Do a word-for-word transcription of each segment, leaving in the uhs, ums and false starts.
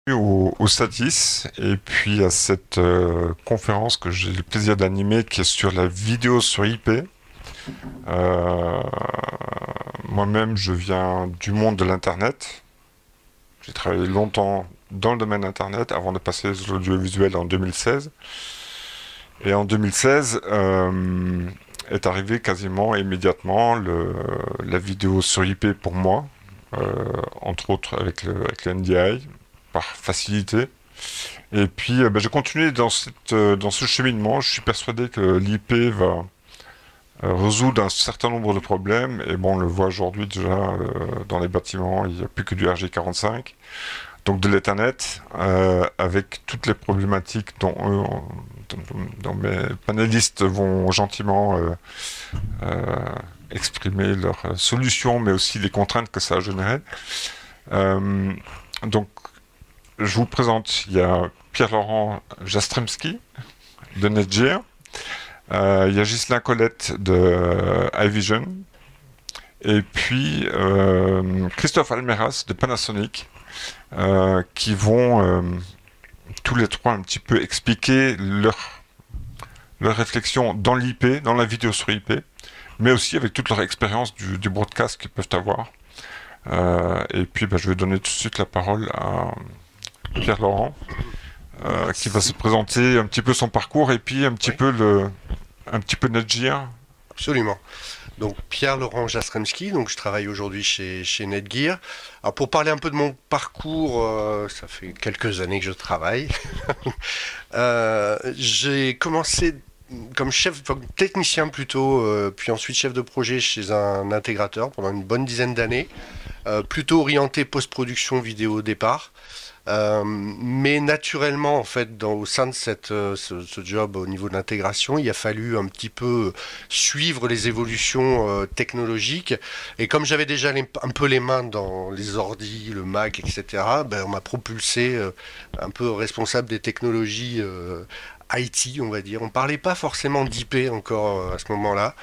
au, au Satis et puis à cette euh, conférence que j'ai le plaisir d'animer qui est sur la vidéo sur I P. Euh, Moi-même, je viens du monde de l'Internet. J'ai travaillé longtemps dans le domaine Internet avant de passer à l'audiovisuel en deux mille seize. Et en deux mille seize euh, est arrivé quasiment immédiatement le, la vidéo sur I P pour moi, euh, entre autres avec le, avec le N D I, par facilité. Et puis, euh, bah, j'ai continué dans, cette, euh, dans ce cheminement. Je suis persuadé que l'I P va euh, résoudre un certain nombre de problèmes. Et bon, on le voit aujourd'hui déjà euh, dans les bâtiments, il n'y a plus que du R J quarante-cinq. Donc de l'Ethernet, euh, avec toutes les problématiques dont, eux, dont, dont mes panélistes vont gentiment euh, euh, exprimer leurs solutions, mais aussi les contraintes que ça a générées. Euh, donc, je vous présente, il y a Pierre-Laurent Jastremski de Netgear, euh, il y a Ghislain Colette de euh, iVision, et puis euh, Christophe Almeras de Panasonic, euh, qui vont euh, tous les trois un petit peu expliquer leur, leur réflexion dans l'I P, dans la vidéo sur I P, mais aussi avec toute leur expérience du, du broadcast qu'ils peuvent avoir. Euh, et puis bah, je vais donner tout de suite la parole à Pierre-Laurent, euh, qui va se présenter un petit peu son parcours et puis un petit Oui, peu le, un petit peu Netgear. absolument. Donc Pierre-Laurent Jastremski, donc je travaille aujourd'hui chez, chez Netgear. Alors pour parler un peu de mon parcours, euh, ça fait quelques années que je travaille. Euh, j'ai commencé comme chef, comme technicien plutôt, euh, puis ensuite chef de projet chez un intégrateur pendant une bonne dizaine d'années, euh, plutôt orienté post-production vidéo au départ. Euh, mais naturellement, en fait, dans, au sein de cette, euh, ce, ce job au niveau de l'intégration, il a fallu un petit peu suivre les évolutions euh, technologiques. Et comme j'avais déjà les, un peu les mains dans les ordis, le Mac, et cetera, ben, on m'a propulsé euh, un peu responsable des technologies euh, I T, on va dire. On parlait pas forcément d'I P encore euh, à ce moment-là.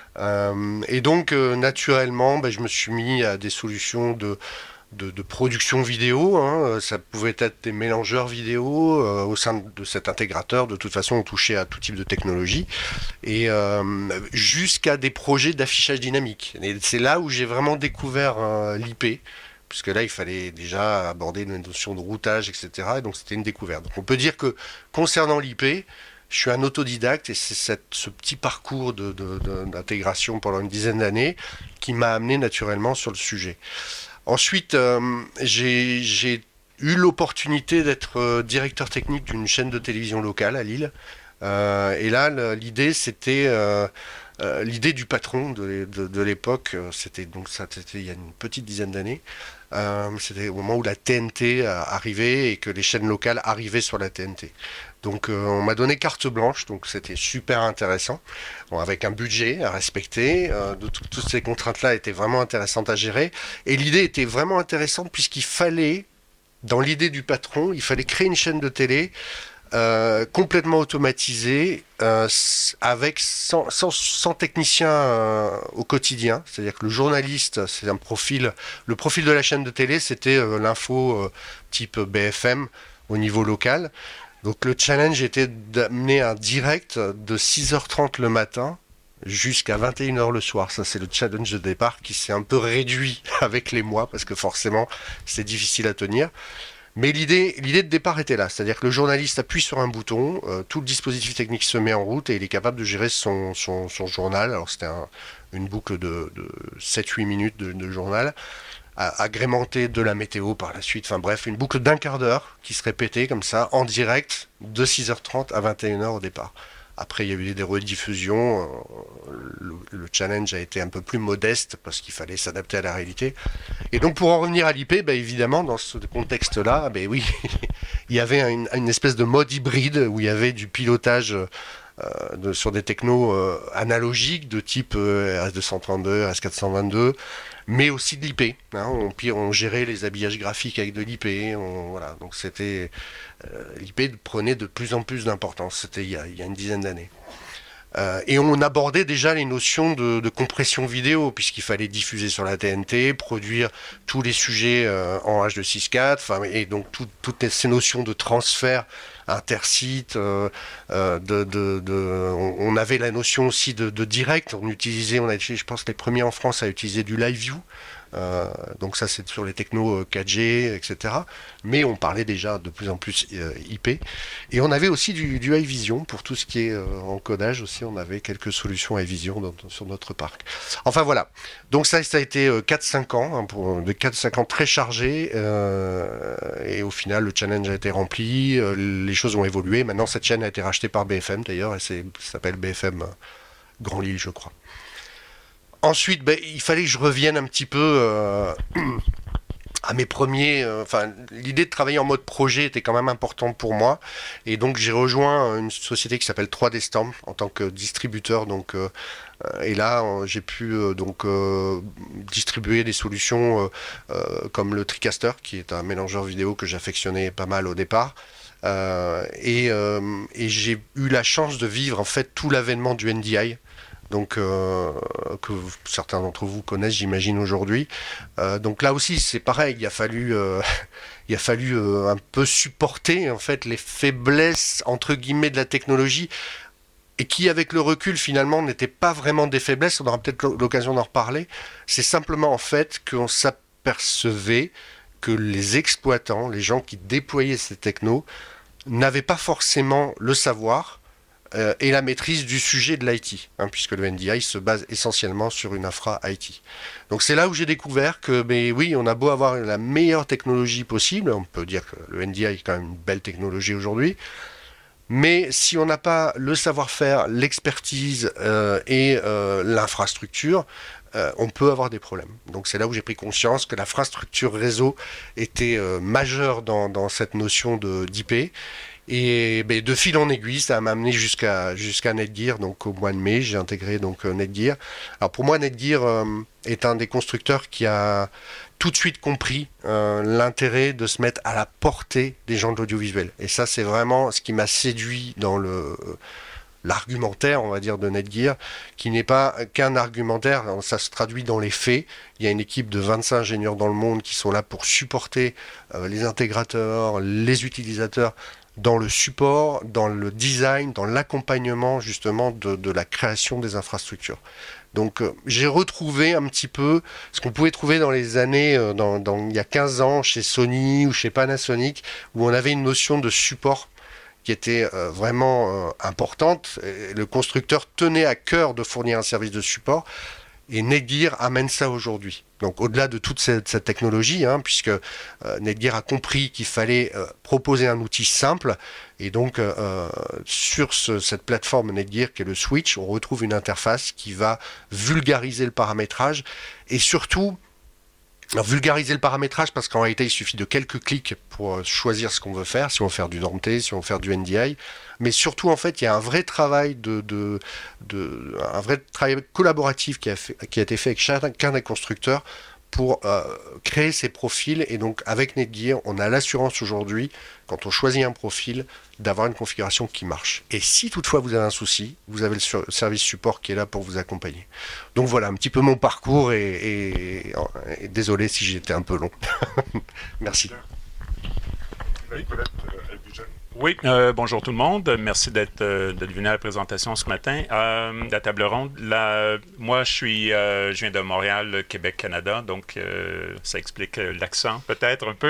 Euh, et donc, euh, naturellement, ben, je me suis mis à des solutions de de, de production vidéo. Hein. Ça pouvait être des mélangeurs vidéo euh, au sein de cet intégrateur. De toute façon, on touchait à tout type de technologie et euh, jusqu'à des projets d'affichage dynamique. Et c'est là où j'ai vraiment découvert euh, l'I P. Puisque là, il fallait déjà aborder une notion de routage, et cetera. Et donc, c'était une découverte. Donc, on peut dire que concernant l'I P, je suis un autodidacte et c'est cette, ce petit parcours de, de, de, d'intégration pendant une dizaine d'années qui m'a amené naturellement sur le sujet. Ensuite, euh, j'ai, j'ai eu l'opportunité d'être euh, directeur technique d'une chaîne de télévision locale à Lille. Euh, et là, le- l'idée, c'était euh, euh, l'idée du patron de, de- de l'époque. euh, C'était donc ça, c'était il y a une petite dizaine d'années. Euh, c'était au moment où la T N T arrivait et que les chaînes locales arrivaient sur la T N T. Donc euh, on m'a donné carte blanche, donc c'était super intéressant. Bon, avec un budget à respecter, euh, de tout- toutes ces contraintes-là étaient vraiment intéressantes à gérer. Et l'idée était vraiment intéressante puisqu'il fallait, dans l'idée du patron, il fallait créer une chaîne de télé euh, complètement automatisée, euh, avec sans, sans, sans technicien euh, au quotidien. C'est-à-dire que le journaliste, c'est un profil. Le profil de la chaîne de télé, c'était euh, l'info euh, type B F M au niveau local. Donc le challenge était d'amener un direct de six heures trente le matin jusqu'à vingt et une heures le soir. Ça, c'est le challenge de départ qui s'est un peu réduit avec les mois parce que forcément, c'est difficile à tenir. Mais l'idée, l'idée de départ était là, c'est-à-dire que le journaliste appuie sur un bouton, euh, tout le dispositif technique se met en route et il est capable de gérer son, son, son journal. Alors c'était un, une boucle de, de sept huit minutes de, de journal, agrémenté de la météo par la suite. Enfin bref, une boucle d'un quart d'heure qui se répétait comme ça, en direct, de six heures trente à vingt et une heures au départ. Après, il y a eu des rediffusions. Le, le challenge a été un peu plus modeste parce qu'il fallait s'adapter à la réalité. Et donc, pour en revenir à l'I P, bah, évidemment, dans ce contexte-là, bah, oui, il y avait une, une espèce de mode hybride où il y avait du pilotage euh, de, sur des technos euh, analogiques de type euh, R S deux cent trente-deux, R S quatre cent vingt-deux, mais aussi de l'I P. Hein, on, on gérait les habillages graphiques avec de l'I P. On, voilà, donc c'était euh, l'I P prenait de plus en plus d'importance. C'était il y a, il y a une dizaine d'années. Euh, et on abordait déjà les notions de, de compression vidéo, puisqu'il fallait diffuser sur la T N T, produire tous les sujets euh, en H deux six quatre, enfin, et donc tout, toutes ces notions de transfert intersite, euh, euh, de, de, de, on, on avait la notion aussi de, de direct, on utilisait, on a été, je pense, les premiers en France à utiliser du live view. Euh, donc ça c'est sur les technos quatre G, et cetera. Mais on parlait déjà de plus en plus euh, I P. Et on avait aussi du, du iVision pour tout ce qui est euh, encodage aussi. On avait quelques solutions iVision dans, sur notre parc. Enfin voilà. Donc ça, ça a été euh, quatre cinq ans, hein, pour, de quatre cinq ans très chargés. Euh, et au final, le challenge a été rempli. Euh, les choses ont évolué. Maintenant, cette chaîne a été rachetée par B F M d'ailleurs. Et c'est, ça s'appelle B F M euh, Grand Lille, je crois. Ensuite, ben, il fallait que je revienne un petit peu euh, à mes premiers. Enfin, euh, l'idée de travailler en mode projet était quand même importante pour moi, et donc j'ai rejoint une société qui s'appelle trois D Stamp en tant que distributeur. Donc, euh, et là, euh, j'ai pu euh, donc euh, distribuer des solutions euh, euh, comme le TriCaster, qui est un mélangeur vidéo que j'affectionnais pas mal au départ. Euh, et, euh, et j'ai eu la chance de vivre en fait tout l'avènement du N D I. Donc euh, que certains d'entre vous connaissent, j'imagine, aujourd'hui. Euh, donc là aussi, c'est pareil, il a fallu, euh, il a fallu euh, un peu supporter en fait les faiblesses entre guillemets de la technologie, et qui, avec le recul, finalement, n'étaient pas vraiment des faiblesses. On aura peut-être l'occasion d'en reparler. C'est simplement en fait qu'on s'apercevait que les exploitants, les gens qui déployaient ces technos, n'avaient pas forcément le savoir euh, et la maîtrise du sujet de l'I T, hein, puisque le N D I se base essentiellement sur une infra I T. Donc c'est là où j'ai découvert que, mais oui, on a beau avoir la meilleure technologie possible, on peut dire que le N D I est quand même une belle technologie aujourd'hui, mais si on n'a pas le savoir-faire, l'expertise euh, et euh, l'infrastructure, euh, on peut avoir des problèmes. Donc c'est là où j'ai pris conscience que l'infrastructure réseau était euh, majeure dans, dans cette notion de, d'I P. Et ben, de fil en aiguille, ça m'a amené jusqu'à jusqu'à Netgear. Donc au mois de mai, j'ai intégré donc Netgear. Alors pour moi, Netgear euh, est un des constructeurs qui a tout de suite compris euh, l'intérêt de se mettre à la portée des gens de l'audiovisuel. Et ça, c'est vraiment ce qui m'a séduit dans le l'argumentaire, on va dire, de Netgear, qui n'est pas qu'un argumentaire, ça se traduit dans les faits. Il y a une équipe de vingt-cinq ingénieurs dans le monde qui sont là pour supporter euh, les intégrateurs, les utilisateurs, dans le support, dans le design, dans l'accompagnement justement de, de la création des infrastructures. Donc euh, j'ai retrouvé un petit peu ce qu'on pouvait trouver dans les années, euh, dans, dans, il y a quinze ans, chez Sony ou chez Panasonic, où on avait une notion de support qui était euh, vraiment euh, importante. Et le constructeur tenait à cœur de fournir un service de support. Et Netgear amène ça aujourd'hui. Donc au-delà de toute cette, cette technologie, hein, puisque euh, Netgear a compris qu'il fallait euh, proposer un outil simple, et donc euh, sur ce, cette plateforme Netgear qui est le Switch, on retrouve une interface qui va vulgariser le paramétrage, et surtout alors, vulgariser le paramétrage, parce qu'en réalité il suffit de quelques clics pour choisir ce qu'on veut faire, si on veut faire du N T, si on veut faire du N D I, mais surtout en fait il y a un vrai travail de, de, de un vrai travail collaboratif qui a, fait, qui a été fait avec chacun des constructeurs pour euh, créer ces profils. Et donc avec Netgear, on a l'assurance aujourd'hui, quand on choisit un profil, d'avoir une configuration qui marche. Et si toutefois vous avez un souci, vous avez le sur- service support qui est là pour vous accompagner. Donc voilà un petit peu mon parcours, et, et, et désolé si j'étais un peu long. Merci. Oui, euh, bonjour tout le monde. Merci d'être euh, d'être venu à la présentation ce matin. Euh, la table ronde, là, moi je suis, euh, je viens de Montréal, Québec, Canada, donc euh, ça explique l'accent peut-être un peu.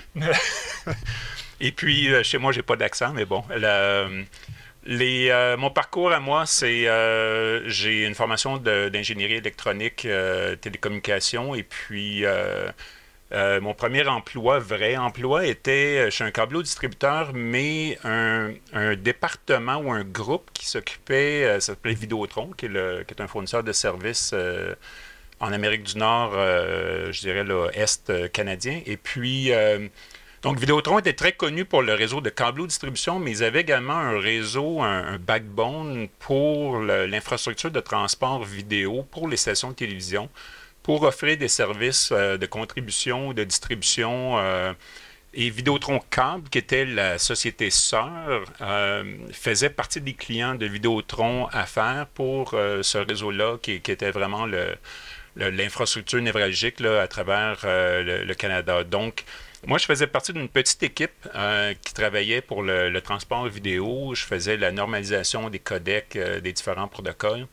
Et puis euh, chez moi j'ai pas d'accent, mais bon. La, les, euh, mon parcours à moi, c'est euh, j'ai une formation de, d'ingénierie électronique, euh, télécommunications, et puis euh, Euh, mon premier emploi, vrai emploi, était chez un câbleau distributeur, mais un, un département ou un groupe qui s'occupait, euh, ça s'appelait Vidéotron, qui est, le, qui est un fournisseur de services euh, en Amérique du Nord, euh, je dirais, là, Est euh, canadien. Et puis, euh, donc Vidéotron était très connu pour le réseau de câbleau distribution, mais ils avaient également un réseau, un, un backbone pour le, l'infrastructure de transport vidéo pour les stations de télévision, pour offrir des services euh, de contribution, de distribution, euh, Et Vidéotron Câble, qui était la société sœur, euh, faisait partie des clients de Vidéotron Affaires pour euh, ce réseau-là, qui, qui était vraiment le, le, l'infrastructure névralgique là, à travers euh, le, le Canada. Donc, moi, je faisais partie d'une petite équipe euh, qui travaillait pour le, le transport vidéo. Je faisais la normalisation des codecs euh, des différents protocoles.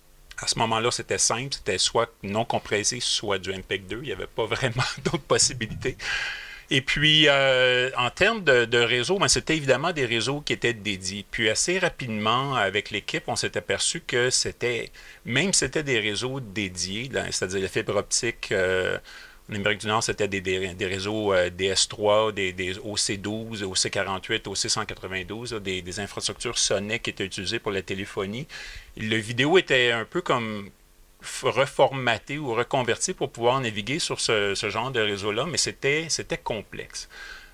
À ce moment-là, c'était simple, c'était soit non compressé, soit du M P E G deux. Il n'y avait pas vraiment d'autres possibilités. Et puis, euh, en termes de, de réseau, ben, c'était évidemment des réseaux qui étaient dédiés. Puis assez rapidement, avec l'équipe, on s'est aperçu que c'était, même si c'était des réseaux dédiés, là, c'est-à-dire la fibre optique, euh, en Amérique du Nord, c'était des, des, des réseaux euh, D S trois, des, des O C douze, O C quarante-huit, O C cent quatre-vingt-douze, là, des, des infrastructures sonnées qui étaient utilisées pour la téléphonie. Le vidéo était un peu comme reformaté ou reconverti pour pouvoir naviguer sur ce, ce genre de réseau-là, mais c'était, c'était complexe.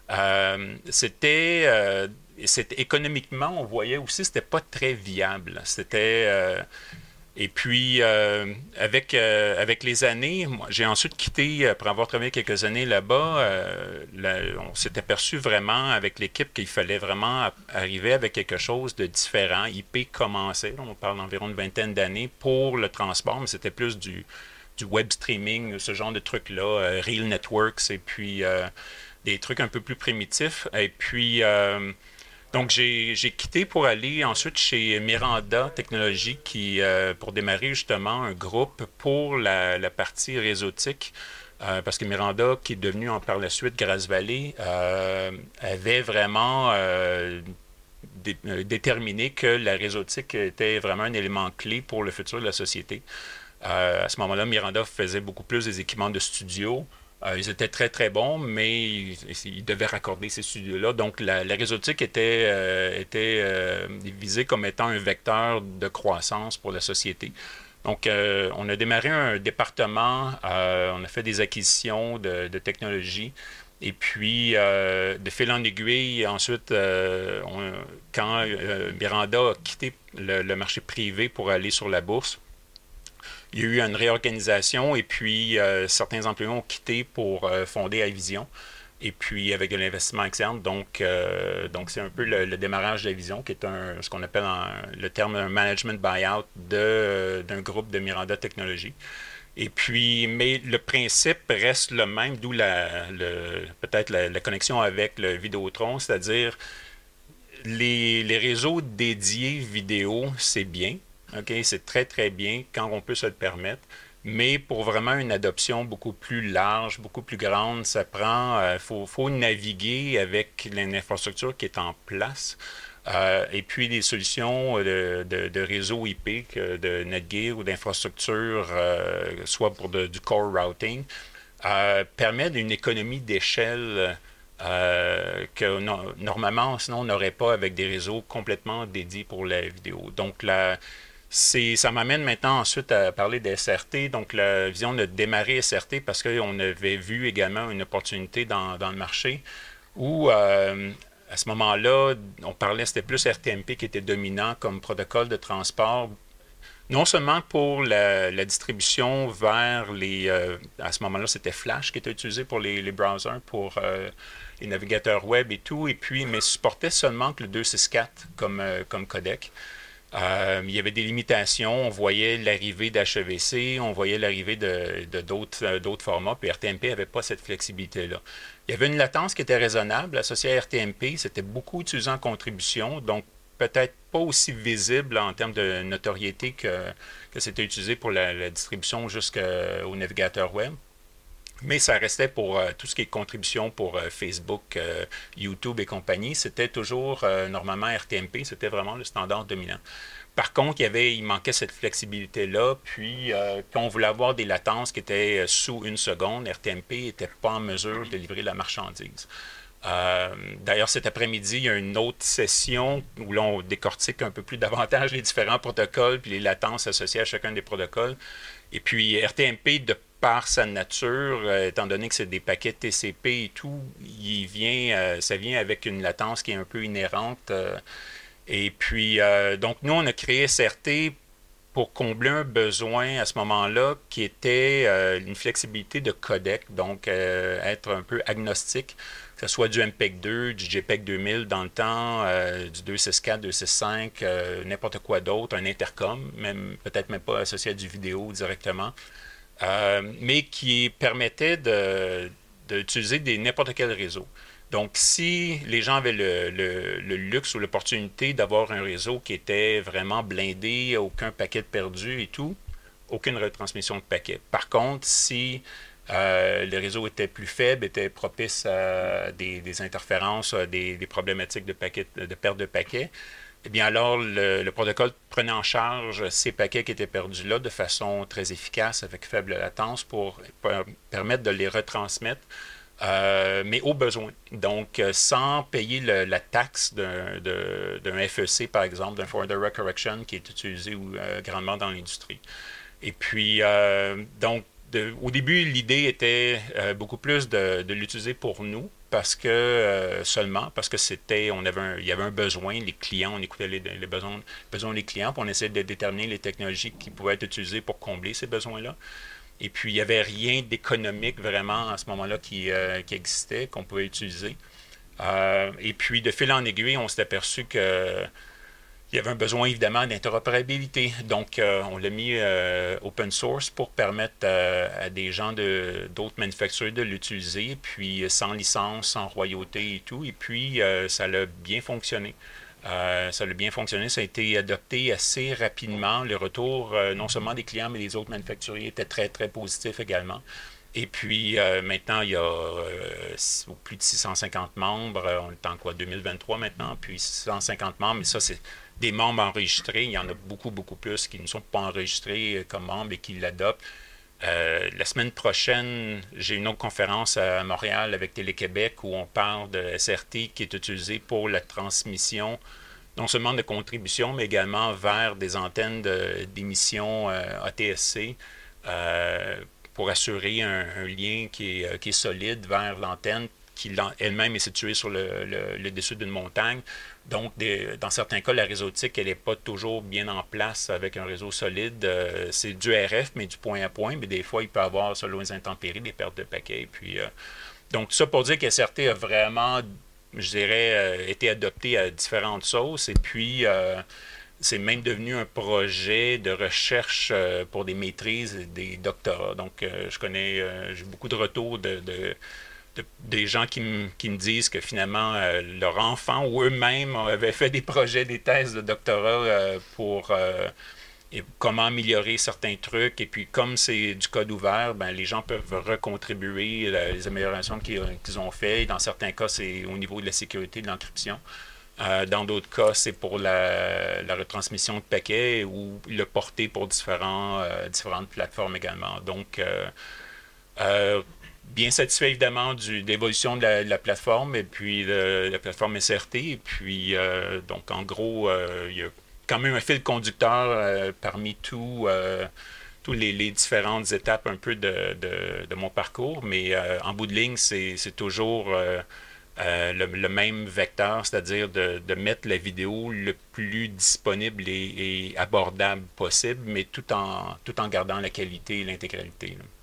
Euh, c'était, euh, c'était économiquement, on voyait aussi, c'était pas très viable. C'était euh, et puis euh, avec euh, avec les années, moi, j'ai ensuite quitté après avoir travaillé quelques années là-bas. Euh, là, on s'est aperçu vraiment avec l'équipe qu'il fallait vraiment arriver avec quelque chose de différent. I P commençait, on parle d'environ une vingtaine d'années pour le transport, mais c'était plus du du web streaming, ce genre de trucs-là, euh, Real Networks et puis euh, des trucs un peu plus primitifs. Et puis euh, donc, j'ai, j'ai quitté pour aller ensuite chez Miranda Technologies qui, euh, pour démarrer justement un groupe pour la, la partie réseautique. Euh, parce que Miranda, qui est devenu en, par la suite Grass Valley, euh, avait vraiment euh, dé, euh, déterminé que la réseautique était vraiment un élément clé pour le futur de la société. Euh, à ce moment-là, Miranda faisait beaucoup plus des équipements de studio. Euh, ils étaient très, très bons, mais ils, ils devaient raccorder ces studios-là. Donc, la, la réseautique était, euh, était euh, visée comme étant un vecteur de croissance pour la société. Donc, euh, on a démarré un département, euh, on a fait des acquisitions de, de technologies. Et puis, euh, de fil en aiguille, ensuite, euh, on, quand euh, Miranda a quitté le, le marché privé pour aller sur la bourse, il y a eu une réorganisation et puis euh, certains employés ont quitté pour euh, fonder Avision et puis avec de l'investissement externe. Donc, euh, donc c'est un peu le, le démarrage d'Avision qui est un, ce qu'on appelle en, le terme un management buyout de, d'un groupe de Miranda Technologies. Et puis, mais le principe reste le même, d'où la, le, peut-être la, la connexion avec le Vidéotron, c'est-à-dire les, les réseaux dédiés vidéo, c'est bien. OK, c'est très, très bien quand on peut se le permettre. Mais pour vraiment une adoption beaucoup plus large, beaucoup plus grande, ça prend, il euh, faut, faut naviguer avec l'infrastructure qui est en place. Euh, et puis les solutions de, de, de réseau I P, de Netgear ou d'infrastructure, euh, soit pour de, du core routing, euh, permettent une économie d'échelle euh, que no, normalement, sinon, on n'aurait pas avec des réseaux complètement dédiés pour la vidéo. Donc, la C'est, ça m'amène maintenant ensuite à parler de S R T. Donc, la vision de démarrer S R T parce qu'on avait vu également une opportunité dans, dans le marché où, euh, à ce moment-là, on parlait, c'était plus R T M P qui était dominant comme protocole de transport, non seulement pour la, la distribution vers les... Euh, à ce moment-là, c'était Flash qui était utilisé pour les, les browsers, pour euh, les navigateurs web et tout, et puis, mais supportait seulement que le deux cent soixante-quatre comme, euh, comme codec. Euh, il y avait des limitations, on voyait l'arrivée d'H E V C, on voyait l'arrivée de, de d'autres, euh, d'autres formats, puis R T M P n'avait pas cette flexibilité-là. Il y avait une latence qui était raisonnable associée à R T M P, c'était beaucoup utilisé en contribution, donc peut-être pas aussi visible en termes de notoriété que, que c'était utilisé pour la, la distribution jusqu'au navigateur web. Mais ça restait pour euh, tout ce qui est contribution pour euh, Facebook, euh, YouTube et compagnie. C'était toujours euh, normalement R T M P, c'était vraiment le standard dominant. Par contre, il, y avait, il manquait cette flexibilité-là. Puis, euh, quand on voulait avoir des latences qui étaient sous une seconde, R T M P n'était pas en mesure de livrer la marchandise. Euh, d'ailleurs, cet après-midi, il y a une autre session où là, on décortique un peu plus davantage les différents protocoles puis les latences associées à chacun des protocoles. Et puis, R T M P, de par sa nature, euh, étant donné que c'est des paquets T C P et tout, il vient, euh, ça vient avec une latence qui est un peu inhérente. Euh, et puis, euh, donc, nous, on a créé S R T pour combler un besoin à ce moment-là qui était euh, une flexibilité de codec, donc euh, être un peu agnostique. que ce soit du M P E G deux, du J P E G deux mille dans le temps, euh, du deux six quatre, deux six cinq, euh, n'importe quoi d'autre, un intercom, même peut-être même pas associé à du vidéo directement, euh, mais qui permettait de, d'utiliser des, n'importe quel réseau. Donc, si les gens avaient le, le, le luxe ou l'opportunité d'avoir un réseau qui était vraiment blindé, aucun paquet perdu et tout, aucune retransmission de paquets. Par contre, si euh, le réseau était plus faible, était propice à des, des interférences, à des, des problématiques de, paquets, de perte de paquets, eh bien alors le, le protocole prenait en charge ces paquets qui étaient perdus là de façon très efficace, avec faible latence, pour permettre de les retransmettre, euh, mais au besoin. Donc, euh, sans payer le, la taxe d'un, de, d'un F E C, par exemple, d'un Forward Error Correction, qui est utilisé euh, grandement dans l'industrie. Et puis, euh, donc, de, au début, l'idée était euh, beaucoup plus de, de l'utiliser pour nous, parce que euh, seulement, parce que c'était, on avait un, il y avait un besoin, les clients, on écoutait les, les besoins, besoins des clients, puis on essayait de déterminer les technologies qui pouvaient être utilisées pour combler ces besoins-là. Et puis, il n'y avait rien d'économique vraiment à ce moment-là qui, euh, qui existait, qu'on pouvait utiliser. Euh, et puis, de fil en aiguille, on s'est aperçu que il y avait un besoin évidemment d'interopérabilité. Donc, euh, on l'a mis euh, open source pour permettre euh, à des gens de, d'autres manufacturiers de l'utiliser, puis sans licence, sans royauté et tout. Et puis, euh, ça a bien fonctionné. Euh, ça a bien fonctionné. Ça a été adopté assez rapidement. Le retour, euh, non seulement des clients, mais des autres manufacturiers, était très, très positif également. Et puis, euh, maintenant, il y a euh, plus de six cent cinquante membres. On est en quoi, deux mille vingt-trois maintenant, puis six cent cinquante membres. Mais ça, c'est des membres enregistrés. Il y en a beaucoup, beaucoup plus qui ne sont pas enregistrés comme membres et qui l'adoptent. Euh, la semaine prochaine, j'ai une autre conférence à Montréal avec Télé-Québec où on parle de S R T qui est utilisé pour la transmission non seulement de contributions, mais également vers des antennes de, d'émissions euh, A T S C euh, pour assurer un, un lien qui est, qui est solide vers l'antenne qui elle-même est située sur le, le, le dessus d'une montagne. Donc, des, dans certains cas, la réseautique, elle n'est pas toujours bien en place avec un réseau solide. Euh, c'est du R F, mais du point à point. Mais des fois, il peut y avoir, selon les intempéries, des pertes de paquets. Puis, euh, donc, tout ça pour dire que S R T a vraiment, je dirais, euh, été adopté à différentes sauces. Et puis, euh, c'est même devenu un projet de recherche euh, pour des maîtrises et des doctorats. Donc, euh, je connais, euh, j'ai beaucoup de retours de... de De, des gens qui, m, qui me disent que finalement, euh, leur enfant ou eux-mêmes avaient fait des projets, des thèses de doctorat euh, pour euh, et comment améliorer certains trucs. Et puis, comme c'est du code ouvert, ben, les gens peuvent recontribuer la, les améliorations qu'ils, qu'ils ont faites. Dans certains cas, c'est au niveau de la sécurité de l'encryption. Euh, dans d'autres cas, c'est pour la, la retransmission de paquets ou le porter pour différents, euh, différentes plateformes également. Donc, euh, euh, bien satisfait évidemment du, de l'évolution de la, de la plateforme et puis de, de la plateforme S R T. Et puis, euh, donc en gros, euh, il y a quand même un fil conducteur euh, parmi tous euh, tous les, les différentes étapes un peu de, de, de mon parcours. Mais euh, en bout de ligne, c'est, c'est toujours euh, euh, le, le même vecteur, c'est-à-dire de, de mettre la vidéo le plus disponible et, et abordable possible, mais tout en, tout en gardant la qualité et l'intégralité, là.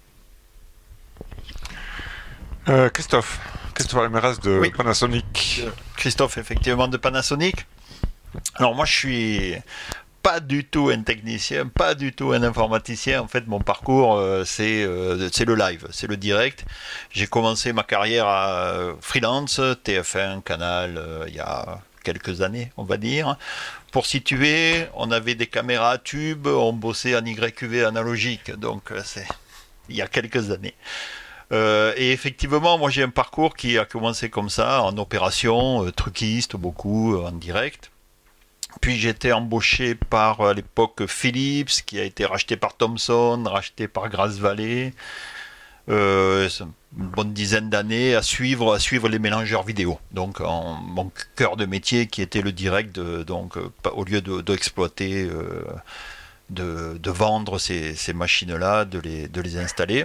Euh, Christophe, Christophe Almeras de Oui. Panasonic. Christophe, effectivement, de Panasonic. Alors moi, je suis pas du tout un technicien, pas du tout un informaticien. En fait, mon parcours, euh, c'est, euh, c'est le live, c'est le direct. J'ai commencé ma carrière à euh, freelance, T F un, Canal, euh, il y a quelques années, on va dire. Pour situer, on avait des caméras à tube, on bossait en Y Q V analogique, donc euh, c'est il y a quelques années. Euh, et effectivement, moi j'ai un parcours qui a commencé comme ça, en opération, euh, truquiste beaucoup, euh, en direct. Puis j'ai été embauché par, à l'époque, Philips, qui a été racheté par Thomson, racheté par Grass Valley. Euh, une bonne dizaine d'années à suivre, à suivre les mélangeurs vidéo. Donc en, mon cœur de métier qui était le direct, de, donc euh, au lieu de, d'exploiter, euh, de, de vendre ces, ces machines-là, de les, de les installer.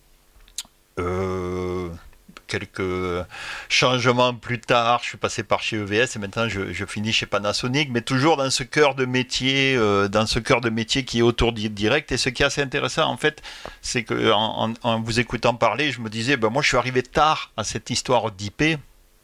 Euh, quelques changements plus tard, je suis passé par chez E V S et maintenant je, je finis chez Panasonic, mais toujours dans ce cœur de métier, euh, dans ce cœur de métier qui est autour du direct. Et ce qui est assez intéressant, en fait, c'est que en, en, en vous écoutant parler, je me disais, ben moi, je suis arrivé tard à cette histoire d'I P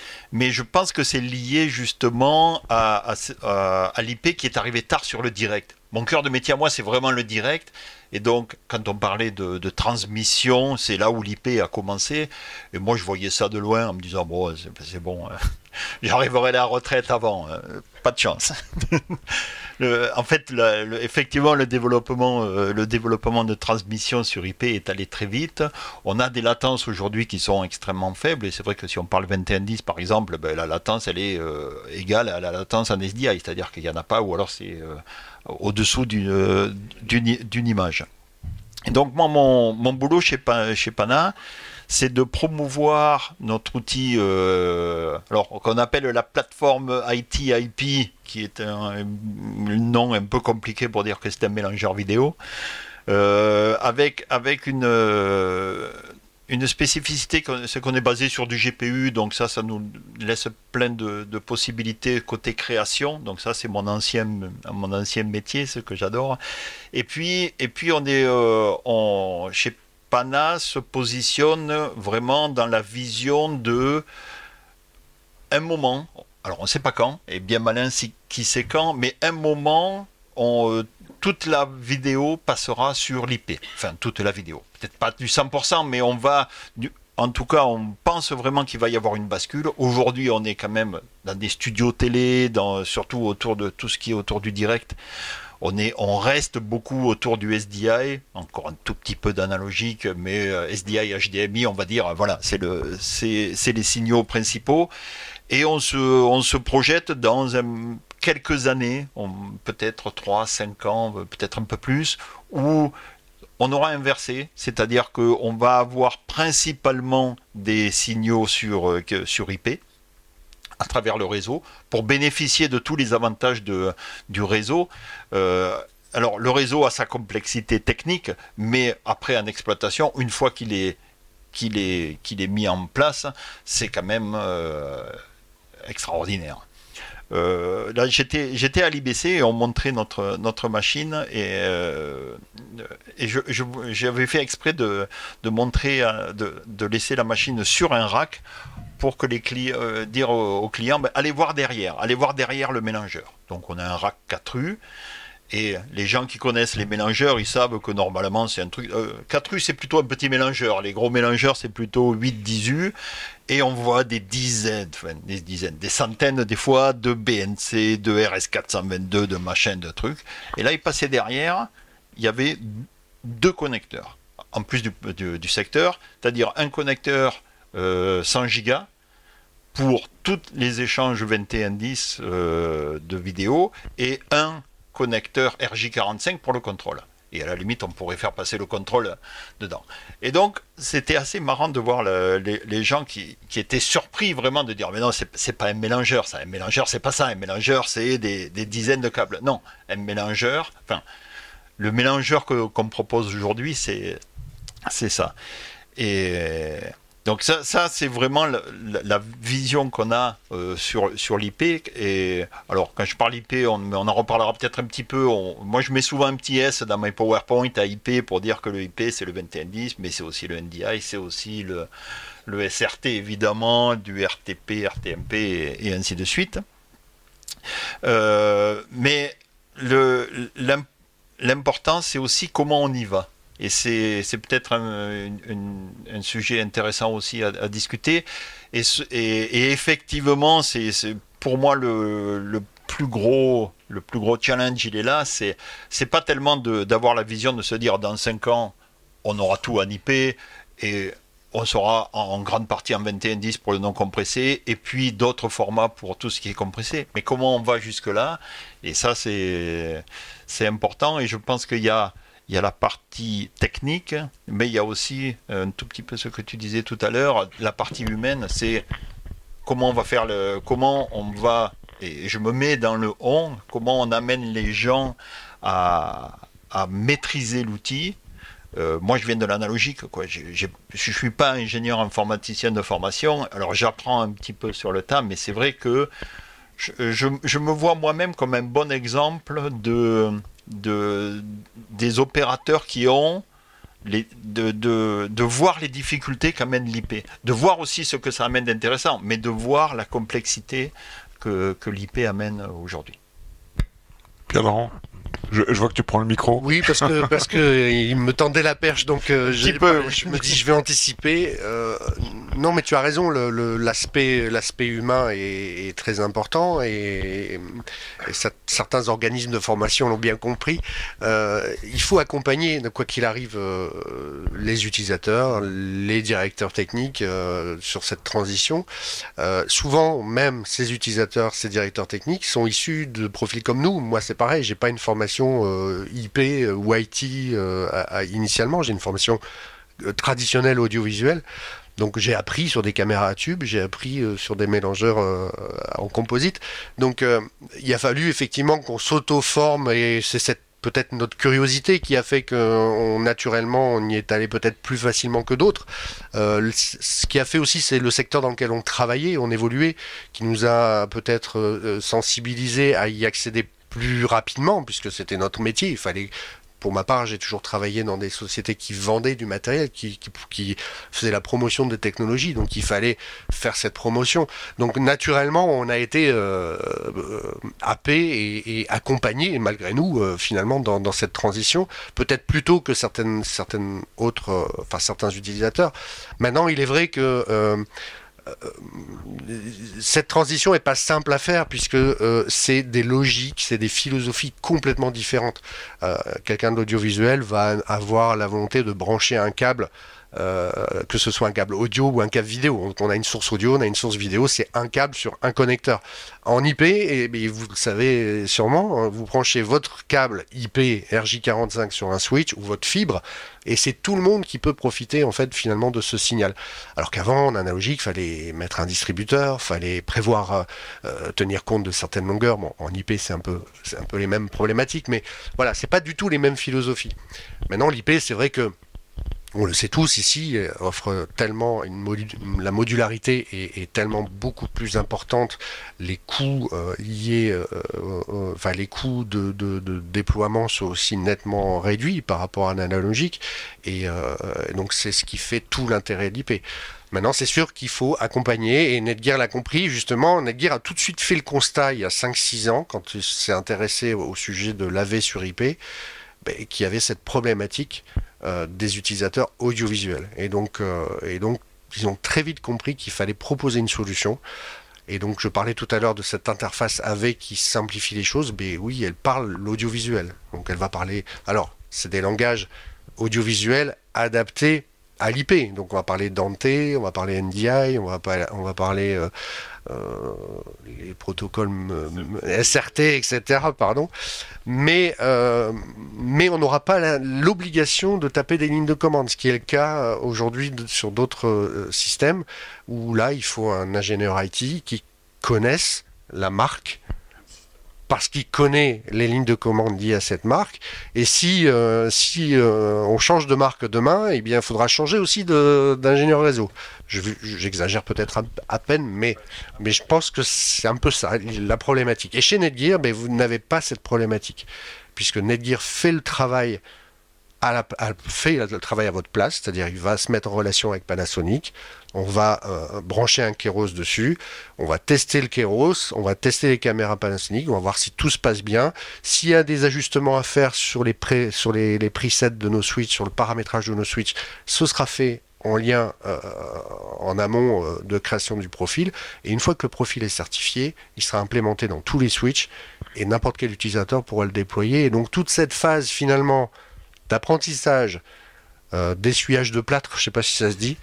Mais je pense que c'est lié justement à, à, à l'I P qui est arrivé tard sur le direct. Mon cœur de métier à moi, c'est vraiment le direct. Et donc, quand on parlait de, de transmission, c'est là où l'I P a commencé. Et moi, je voyais ça de loin en me disant, bon, c'est, c'est bon, hein. J'arriverai à la retraite avant. Hein. Pas de chance. le, en fait, le, le, effectivement, le développement, euh, le développement de transmission sur I P est allé très vite. On a des latences aujourd'hui qui sont extrêmement faibles. Et c'est vrai que si on parle vingt et un dix, par exemple, ben, la latence, elle est euh, égale à la latence en S D I. C'est-à-dire qu'il n'y en a pas, ou alors c'est euh, au-dessous d'une, d'une, d'une image. Et donc, moi, mon, mon boulot chez, chez Pana, c'est de promouvoir notre outil, euh, alors qu'on appelle la plateforme I T I P, qui est un, un nom un peu compliqué pour dire que c'est un mélangeur vidéo, euh, avec, avec une, euh, une spécificité, c'est qu'on est basé sur du G P U, donc ça, ça nous laisse plein de, de possibilités côté création, donc ça, c'est mon ancien, mon ancien métier, ce que j'adore. Et puis, et puis on est, euh, on, chez Pana se positionne vraiment dans la vision de un moment, alors on ne sait pas quand, et bien malin si, qui sait quand, mais un moment, on, toute la vidéo passera sur l'I P. Enfin, toute la vidéo. Peut-être pas du cent pour cent, mais on va... Du, en tout cas, on pense vraiment qu'il va y avoir une bascule. Aujourd'hui, on est quand même dans des studios télé, dans, surtout autour de tout ce qui est autour du direct. On, est, on reste beaucoup autour du S D I, encore un tout petit peu d'analogique, mais S D I, H D M I, on va dire, voilà, c'est, le, c'est, c'est les signaux principaux. Et on se, on se projette dans un, quelques années, on, peut-être trois, cinq ans, peut-être un peu plus, où on aura inversé, c'est-à-dire qu'on va avoir principalement des signaux sur, sur I P, à travers le réseau, pour bénéficier de tous les avantages de, du réseau. Euh, alors, le réseau a sa complexité technique, mais après, en exploitation, une fois qu'il est, qu'il est, qu'il est mis en place, c'est quand même euh, extraordinaire. Euh, là, j'étais, j'étais à l'I B C et on montrait notre, notre machine et, euh, et je, je, j'avais fait exprès de, de montrer, de, de laisser la machine sur un rack pour que les clients, euh, dire aux, aux clients, ben, allez voir derrière, allez voir derrière le mélangeur. Donc on a un rack quatre U et les gens qui connaissent les mélangeurs, ils savent que normalement c'est un truc. Euh, quatre U c'est plutôt un petit mélangeur, les gros mélangeurs c'est plutôt huit dix U et on voit des dizaines, enfin des dizaines, des centaines des fois de B N C, de R S quatre cent vingt-deux, de machin, de trucs. Et là il passait derrière, il y avait deux connecteurs en plus du, du, du secteur, c'est-à-dire un connecteur euh, cent gigas pour tous les échanges vingt et un dix euh, de vidéo et un connecteur R J quarante-cinq pour le contrôle. Et à la limite, on pourrait faire passer le contrôle dedans. Et donc, c'était assez marrant de voir le, les, les gens qui, qui étaient surpris vraiment de dire « Mais non, c'est, c'est pas un mélangeur, ça. Un mélangeur, c'est pas ça. Un mélangeur, c'est des, des dizaines de câbles. » Non, un mélangeur... Enfin, le mélangeur que, qu'on propose aujourd'hui, c'est, c'est ça. Et... Donc ça, ça c'est vraiment la, la, la vision qu'on a euh, sur, sur l'I P. Et alors quand je parle I P, on, on en reparlera peut-être un petit peu. On, moi je mets souvent un petit S dans mes PowerPoint à I P pour dire que le I P c'est le vingt et un dix, mais c'est aussi le N D I, c'est aussi le, le S R T évidemment, du R T P, R T M P et, et ainsi de suite. Euh, mais le, l'important c'est aussi comment on y va. Et c'est, c'est peut-être un, un, un sujet intéressant aussi à, à discuter. Et, et, et effectivement, c'est, c'est pour moi le, le plus gros, le plus gros challenge, il est là. C'est, c'est pas tellement de, d'avoir la vision de se dire dans cinq ans, on aura tout en I P et on sera en, en grande partie en vingt et un dix pour le non compressé et puis d'autres formats pour tout ce qui est compressé. Mais comment on va jusque-là? Et ça, c'est, c'est important. Et je pense qu'il y a Il y a la partie technique, mais il y a aussi un tout petit peu ce que tu disais tout à l'heure, la partie humaine, c'est comment on va faire le, comment on va, et je me mets dans le on, comment on amène les gens à, à maîtriser l'outil. Euh, moi, je viens de l'analogique, quoi. Je ne suis pas ingénieur informaticien de formation, alors j'apprends un petit peu sur le tas, mais c'est vrai que je, je, je me vois moi-même comme un bon exemple de... De, des opérateurs qui ont les, de, de, de voir les difficultés qu'amène l'I P, de voir aussi ce que ça amène d'intéressant, mais de voir la complexité que, que l'I P amène aujourd'hui. Pierre-Laurent, je, je vois que tu prends le micro. Oui, parce que parce que il me tendait la perche, donc euh, j'ai peu, pas- je me dis je vais anticiper. Euh, non, mais tu as raison, le- le- l'aspect l'aspect humain est, est très important et, et ça- certains organismes de formation l'ont bien compris. Euh, il faut accompagner, de quoi qu'il arrive, euh, les utilisateurs, les directeurs techniques euh, sur cette transition. Euh, souvent, même ces utilisateurs, ces directeurs techniques sont issus de profils comme nous. Moi, c'est pareil, j'ai pas une formation euh, I P ou I T euh, à- à- initialement, j'ai une formation euh, traditionnelle audiovisuelle. Donc j'ai appris sur des caméras à tubes, j'ai appris euh, sur des mélangeurs euh, en composite. Donc euh, il a fallu effectivement qu'on s'auto-forme et c'est cette peut-être notre curiosité qui a fait que on, naturellement on y est allé peut-être plus facilement que d'autres. Euh, le- ce qui a fait aussi c'est le secteur dans lequel on travaillait, on évoluait, qui nous a peut-être euh, sensibilisés à y accéder plus rapidement puisque c'était notre métier. Il fallait, pour ma part, j'ai toujours travaillé dans des sociétés qui vendaient du matériel, qui, qui, qui faisaient la promotion des technologies, donc il fallait faire cette promotion. Donc naturellement, on a été euh, euh, happé et, et accompagné, malgré nous, euh, finalement, dans, dans cette transition, peut-être plus tôt que certaines, certaines autres, euh, enfin certains utilisateurs. Maintenant, il est vrai que euh, cette transition est pas simple à faire puisque euh, c'est des logiques, c'est des philosophies complètement différentes. Euh, quelqu'un de l'audiovisuel va avoir la volonté de brancher un câble, euh, que ce soit un câble audio ou un câble vidéo. On a une source audio, on a une source vidéo, c'est un câble sur un connecteur. En I P, et, et vous le savez sûrement, vous branchez votre câble I P R J quarante-cinq sur un switch ou votre fibre, et c'est tout le monde qui peut profiter en fait finalement de ce signal. Alors qu'avant, en analogique, il fallait mettre un distributeur, fallait prévoir, euh, tenir compte de certaines longueurs. Bon, en I P, c'est un peu, c'est un peu les mêmes problématiques, mais voilà, c'est pas du tout les mêmes philosophies. Maintenant, l'I P, c'est vrai que on le sait tous ici, offre tellement une modu- la modularité est, est tellement beaucoup plus importante, les coûts euh, liés, euh, euh, enfin les coûts de, de, de déploiement sont aussi nettement réduits par rapport à l'analogique, et euh, donc c'est ce qui fait tout l'intérêt de l'I P. Maintenant, c'est sûr qu'il faut accompagner, et Netgear l'a compris, justement. Netgear a tout de suite fait le constat, il y a cinq six ans, quand il s'est intéressé au sujet de l'A V sur I P, ben, qu'il y avait cette problématique euh, des utilisateurs audiovisuels. Et donc, euh, et donc, ils ont très vite compris qu'il fallait proposer une solution. Et donc, je parlais tout à l'heure de cette interface A V qui simplifie les choses. Mais oui, elle parle l'audiovisuel. Donc, elle va parler... Alors, c'est des langages audiovisuels adaptés à l'I P. Donc, on va parler Dante, on va parler N D I, on va, pas, on va parler... Euh, Euh, les protocoles S R T, et cetera. Pardon. Mais, euh, mais on n'aura pas la, l'obligation de taper des lignes de commande, ce qui est le cas euh, aujourd'hui de, sur d'autres euh, systèmes, où là, il faut un ingénieur I T qui connaisse la marque, parce qu'il connaît les lignes de commande liées à cette marque. Et si, euh, si euh, on change de marque demain, eh bien, il faudra changer aussi de, d'ingénieur réseau. Je, j'exagère peut-être à, à peine, mais, mais je pense que c'est un peu ça, la problématique. Et chez Netgear, ben, vous n'avez pas cette problématique, puisque Netgear fait le travail à la, à, fait le travail à votre place, c'est-à-dire il va se mettre en relation avec Panasonic, on va euh, brancher un Keros dessus, on va tester le Keros, on va tester les caméras Panasonic, on va voir si tout se passe bien. S'il y a des ajustements à faire sur les, pré, sur les, les presets de nos switches, sur le paramétrage de nos switches, ce sera fait en lien euh, en amont euh, de création du profil. Et une fois que le profil est certifié, il sera implémenté dans tous les switches et n'importe quel utilisateur pourra le déployer. Et donc toute cette phase finalement d'apprentissage, euh, d'essuyage de plâtre, je ne sais pas si ça se dit.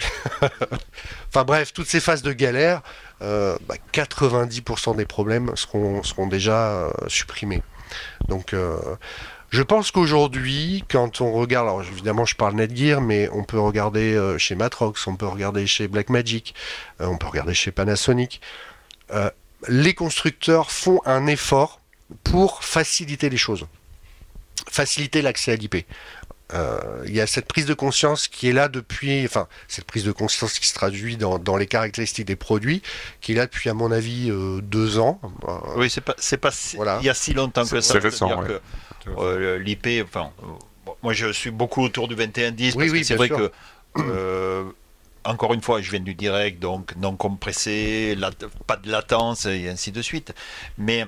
Enfin bref, toutes ces phases de galère, euh, bah, quatre-vingt-dix pour cent des problèmes seront, seront déjà euh, supprimés. Donc euh, je pense qu'aujourd'hui, quand on regarde, alors évidemment je parle Netgear, mais on peut regarder euh, chez Matrox, on peut regarder chez Blackmagic, euh, on peut regarder chez Panasonic, euh, les constructeurs font un effort pour faciliter les choses, faciliter l'accès à l'I P. Euh, il y a cette prise de conscience qui est là depuis, enfin, cette prise de conscience qui se traduit dans, dans les caractéristiques des produits, qui est là depuis, à mon avis, euh, deux ans. Euh, oui, c'est pas, c'est pas si, voilà. Il y a si longtemps que ça. C'est récent, ouais. Que, euh, l'I P, enfin, euh, bon, moi, je suis beaucoup autour du vingt et un dix, Oui, parce oui, que c'est bien vrai sûr. que, euh, encore une fois, je viens du direct, donc non compressé, lat- pas de latence, et ainsi de suite. Mais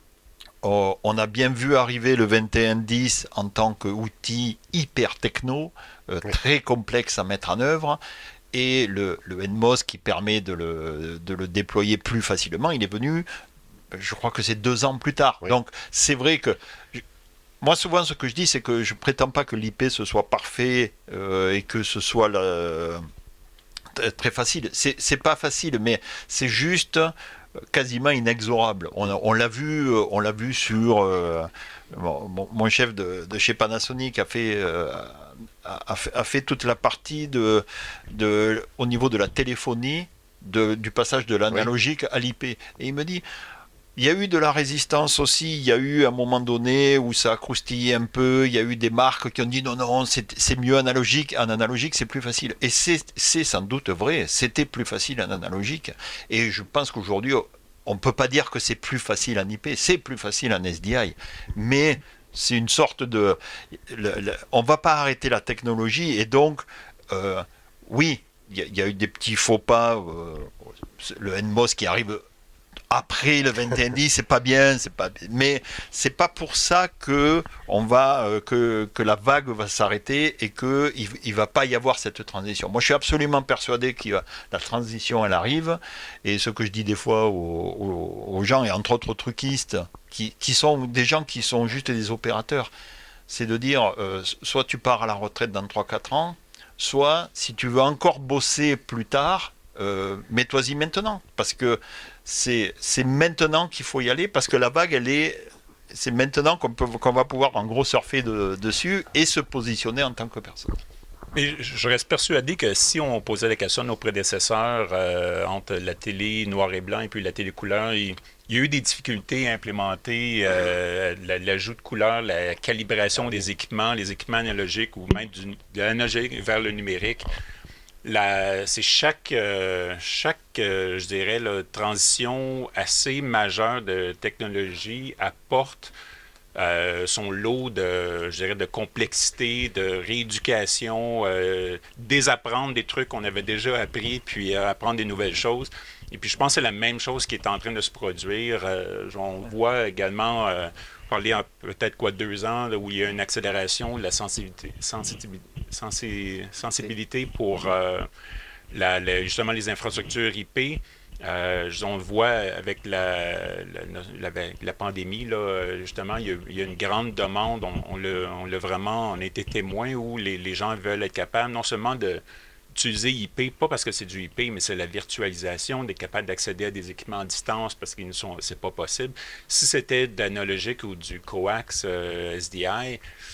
oh, on a bien vu arriver le vingt et un dix en tant qu'outil hyper techno, euh, Oui. très complexe à mettre en œuvre, et le, le N M O S qui permet de le, de le déployer plus facilement, il est venu, je crois que c'est deux ans plus tard. Oui. Donc c'est vrai que je- moi souvent ce que je dis c'est que je prétends pas que l'I P ce soit parfait euh, et que ce soit la- très facile. C'est c'est pas facile, mais c'est juste euh, quasiment inexorable. On, a- on l'a vu, euh, on l'a vu sur euh, bon, mon, mon chef de, de chez Panasonic a fait, euh, a, a fait a fait toute la partie de, de au niveau de la téléphonie. De- du passage de l'analogique à l'I P. Et il me dit, il y a eu de la résistance aussi, il y a eu un moment donné où ça a croustillé un peu, il y a eu des marques qui ont dit non, non, c'est c'est mieux analogique, en analogique c'est plus facile. Et c'est c'est sans doute vrai, c'était plus facile en analogique. Et je pense qu'aujourd'hui, on ne peut pas dire que c'est plus facile en I P, c'est plus facile en S D I. Mais c'est une sorte de... le- le- on ne va pas arrêter la technologie et donc, euh, oui, il y, a- il y a eu des petits faux pas, euh, le N M O S qui arrive après le vingt et un dix, c'est pas bien, c'est pas, mais c'est pas pour ça que on va euh, que, que la vague va s'arrêter et que il, il va pas y avoir cette transition. Moi, je suis absolument persuadé que la transition elle arrive, et ce que je dis des fois aux, aux, aux gens et entre autres aux truquistes qui, qui sont des gens qui sont juste des opérateurs, c'est de dire euh, soit tu pars à la retraite dans trois quatre ans, soit si tu veux encore bosser plus tard, euh, mets-toi-y maintenant, parce que c'est c'est maintenant qu'il faut y aller, parce que la vague, elle est, c'est maintenant qu'on peut, qu'on va pouvoir en gros surfer de- dessus et se positionner en tant que personne. Mais je reste persuadé que si on posait la question à nos prédécesseurs euh, entre la télé noir et blanc et puis la télé couleur, il, il y a eu des difficultés à implémenter euh, la- l'ajout de couleurs, la calibration des équipements, les équipements analogiques ou même du, de l'analogique vers le numérique. La- c'est chaque, euh, chaque euh, je dirais, là, transition assez majeure de technologie apporte euh, son lot de, je dirais, de complexité, de rééducation, euh, désapprendre des trucs qu'on avait déjà appris, puis euh, apprendre des nouvelles choses. Et puis je pense que c'est la même chose qui est en train de se produire. Euh, on voit également, euh, parler en peut-être quoi, deux ans, là, où il y a une accélération de la sensibilité, sensibilité, sensi- sensibilité pour euh, la- la- justement les infrastructures I P. Euh, on le voit avec la, la, la- la pandémie, là, justement, il y, a, il y a une grande demande. On, on l'a on l'a vraiment, on a été témoin où les, les gens veulent être capables non seulement de d'utiliser I P, pas parce que c'est du I P, mais c'est la virtualisation, d'être capable d'accéder à des équipements à distance parce que c'est pas possible. Si c'était d'analogique ou du coax euh, S D I,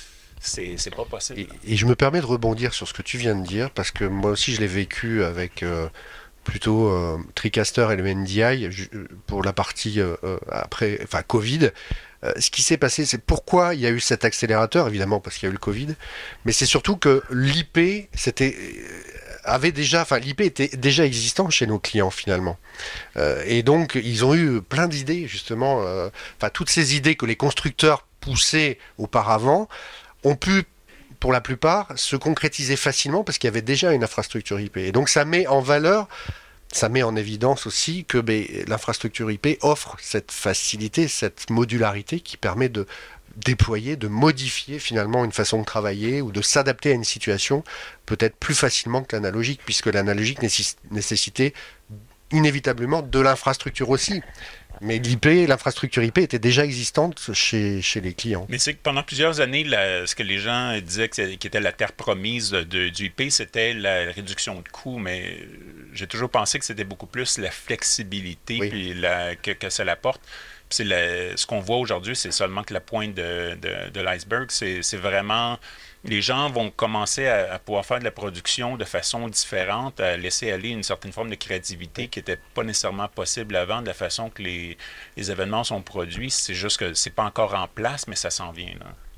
c'est c'est pas possible. Et, et je me permets de rebondir sur ce que tu viens de dire, parce que moi aussi je l'ai vécu avec euh, plutôt euh, TriCaster et le N D I ju- pour la partie euh, euh, après, enfin Covid. Euh, ce qui s'est passé, c'est pourquoi il y a eu cet accélérateur, évidemment parce qu'il y a eu le Covid, mais c'est surtout que l'I P c'était euh, avait déjà, enfin l'I P était déjà existant chez nos clients finalement. Euh, et donc ils ont eu plein d'idées justement, euh, enfin toutes ces idées que les constructeurs poussaient auparavant ont pu, pour la plupart, se concrétiser facilement parce qu'il y avait déjà une infrastructure I P. Et donc ça met en valeur, ça met en évidence aussi que ben, l'infrastructure I P offre cette facilité, cette modularité qui permet de déployer, de modifier finalement une façon de travailler ou de s'adapter à une situation peut-être plus facilement que l'analogique, puisque l'analogique nécess- nécessitait inévitablement de l'infrastructure aussi. Mais l'I P, l'infrastructure I P était déjà existante chez, chez les clients. Mais c'est que pendant plusieurs années, la- ce que les gens disaient que c'est- qui était la terre promise de- du I P, c'était la réduction de coûts, mais j'ai toujours pensé que c'était beaucoup plus la flexibilité Oui. puis la- que, que ça l'apporte. Puis c'est la- ce qu'on voit aujourd'hui, c'est seulement que la pointe de, de- de l'iceberg. C'est c'est vraiment... Les gens vont commencer à, à pouvoir faire de la production de façon différente, à laisser aller une certaine forme de créativité qui n'était pas nécessairement possible avant, de la façon que les, les événements sont produits. C'est juste que c'est pas encore en place, mais ça s'en vient,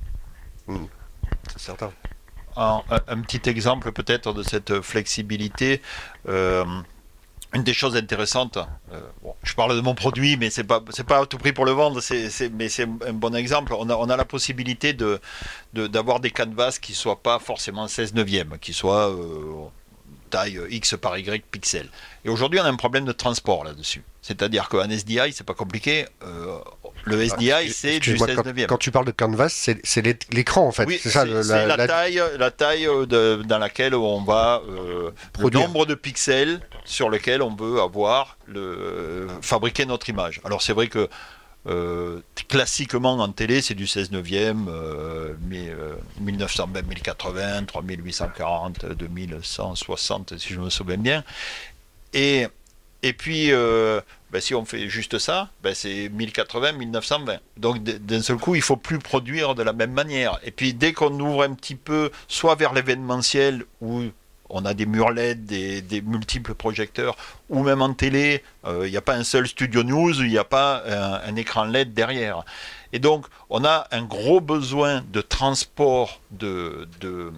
là. Mmh. C'est certain. Un, un- un petit exemple peut-être de cette flexibilité. euh, une des choses intéressantes, euh, bon, je parle de mon produit, mais c'est pas c'est pas à tout prix pour le vendre, c'est, c'est, mais c'est un bon exemple. On a, on a la possibilité de, de d'avoir des canvas qui soient pas forcément seize neuvième, qui soient euh, taille X par Y pixels. Et aujourd'hui, on a un problème de transport là-dessus. C'est-à-dire qu'un S D I, c'est pas compliqué. Euh, le S D I, ah, c'est du seize neuvième. Quand, quand tu parles de canvas, c'est, c'est l'écran en fait. Oui, c'est ça. C'est, le, c'est la, la, taille, la taille de, dans laquelle on va euh, le nombre de pixels sur lequel on veut avoir le euh, fabriquer notre image. Alors c'est vrai que euh, classiquement en télé, c'est du seize neuvième, euh, mille neuf cent vingt, mille quatre-vingts, trois mille huit cent quarante, deux mille cent soixante, si je me souviens bien. Et Et puis, euh, ben, si on fait juste ça, ben, c'est mille quatre-vingts, mille neuf cent vingt. Donc, d'un seul coup, il ne faut plus produire de la même manière. Et puis, dès qu'on ouvre un petit peu, soit vers l'événementiel, où on a des murs L E D, des, des multiples projecteurs, ou même en télé, il euh, n'y a pas un seul studio news, il n'y a pas un, un écran L E D derrière. Et donc, on a un gros besoin de transport de... de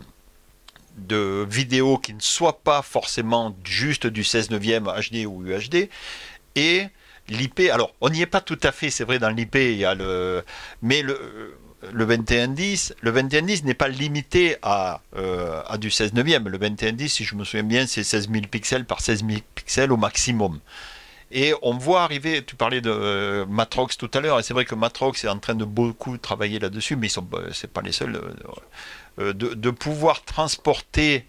de vidéos qui ne soient pas forcément juste du seize neuvième H D ou U H D, et l'I P, alors on n'y est pas tout à fait, c'est vrai, dans l'I P, il y a le, mais le, le vingt et un dix, le vingt et un dix n'est pas limité à, euh, à du seize neuvième, le vingt et un dix, si je me souviens bien, c'est seize mille pixels par seize mille pixels au maximum. Et on voit arriver, tu parlais de euh, Matrox tout à l'heure, et c'est vrai que Matrox est en train de beaucoup travailler là-dessus, mais ils sont, euh, c'est pas les seuls, euh, de, de pouvoir transporter,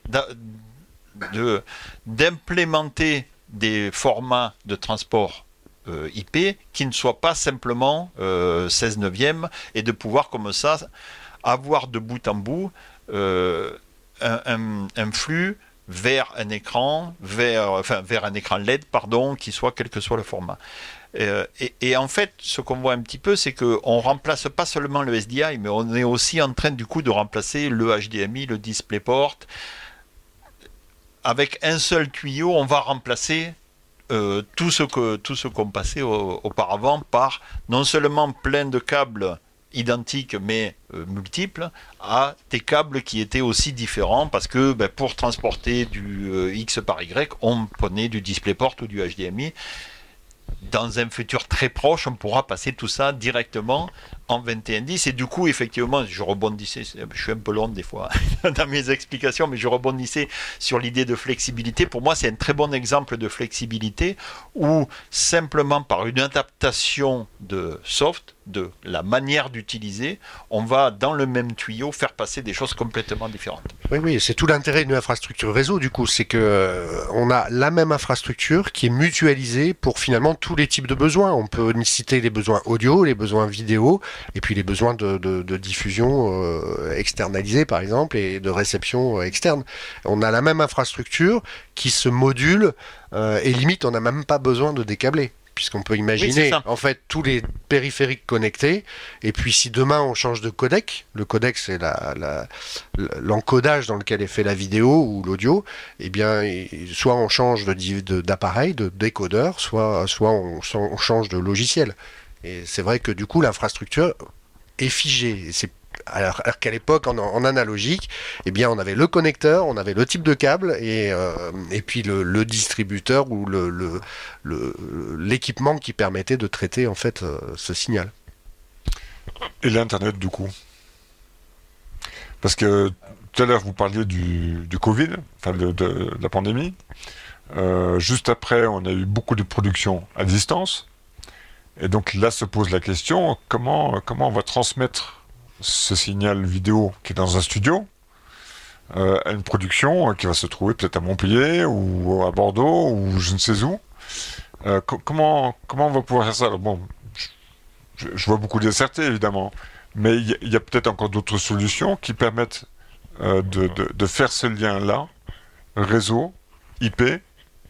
de, d'implémenter des formats de transport euh, I P qui ne soient pas simplement euh, seize neuvième, et de pouvoir comme ça avoir de bout en bout euh, un, un, un flux vers un écran, vers, enfin, vers un écran L E D, pardon, qui soit quel que soit le format. Euh, et, et en fait, ce qu'on voit un petit peu, c'est qu'on ne remplace pas seulement le S D I, mais on est aussi en train du coup de remplacer le H D M I, le DisplayPort. Avec un seul tuyau, on va remplacer euh, tout ce que tout ce qu'on passait au, auparavant par non seulement plein de câbles identiques mais euh, multiples, à des câbles qui étaient aussi différents, parce que ben, pour transporter du euh, X par Y, on prenait du DisplayPort ou du H D M I. Dans un futur très proche, on pourra passer tout ça directement en vingt et un dix. Et du coup, effectivement, je rebondissais, je suis un peu long des fois dans mes explications, mais je rebondissais sur l'idée de flexibilité. Pour moi, c'est un très bon exemple de flexibilité où simplement par une adaptation de soft, de la manière d'utiliser, on va dans le même tuyau faire passer des choses complètement différentes. Oui, oui, c'est tout l'intérêt d'une infrastructure réseau, du coup, c'est que euh, on a la même infrastructure qui est mutualisée pour finalement tous les types de besoins. On peut citer les besoins audio, les besoins vidéo, et puis les besoins de, de, de diffusion euh, externalisée, par exemple, et de réception euh, externe. On a la même infrastructure qui se module, euh, et limite, on n'a même pas besoin de décabler. Puisqu'on peut imaginer oui, en fait tous les périphériques connectés, et puis si demain on change de codec, le codec c'est la, la, l'encodage dans lequel est fait la vidéo ou l'audio, et eh bien soit on change de, de, d'appareil, de décodeur, soit, soit on, on change de logiciel. Et c'est vrai que du coup l'infrastructure est figée. C'est Alors, alors qu'à l'époque, en, en analogique, eh bien, on avait le connecteur, on avait le type de câble, et, euh, et puis le, le distributeur ou le, le, le, l'équipement qui permettait de traiter en fait euh, ce signal. Et l'Internet, du coup? Parce que tout à l'heure, vous parliez du, du Covid, enfin de, de, de la pandémie. Euh, juste après, on a eu beaucoup de production à distance. Et donc là se pose la question, comment, comment on va transmettre ce signal vidéo qui est dans un studio euh, à une production qui va se trouver peut-être à Montpellier ou à Bordeaux ou je ne sais où. Euh, co- comment, comment on va pouvoir faire ça? Alors, bon, je, je vois beaucoup de S R T évidemment, mais il y, y a peut-être encore d'autres solutions qui permettent euh, de, de, de faire ce lien-là, réseau, I P,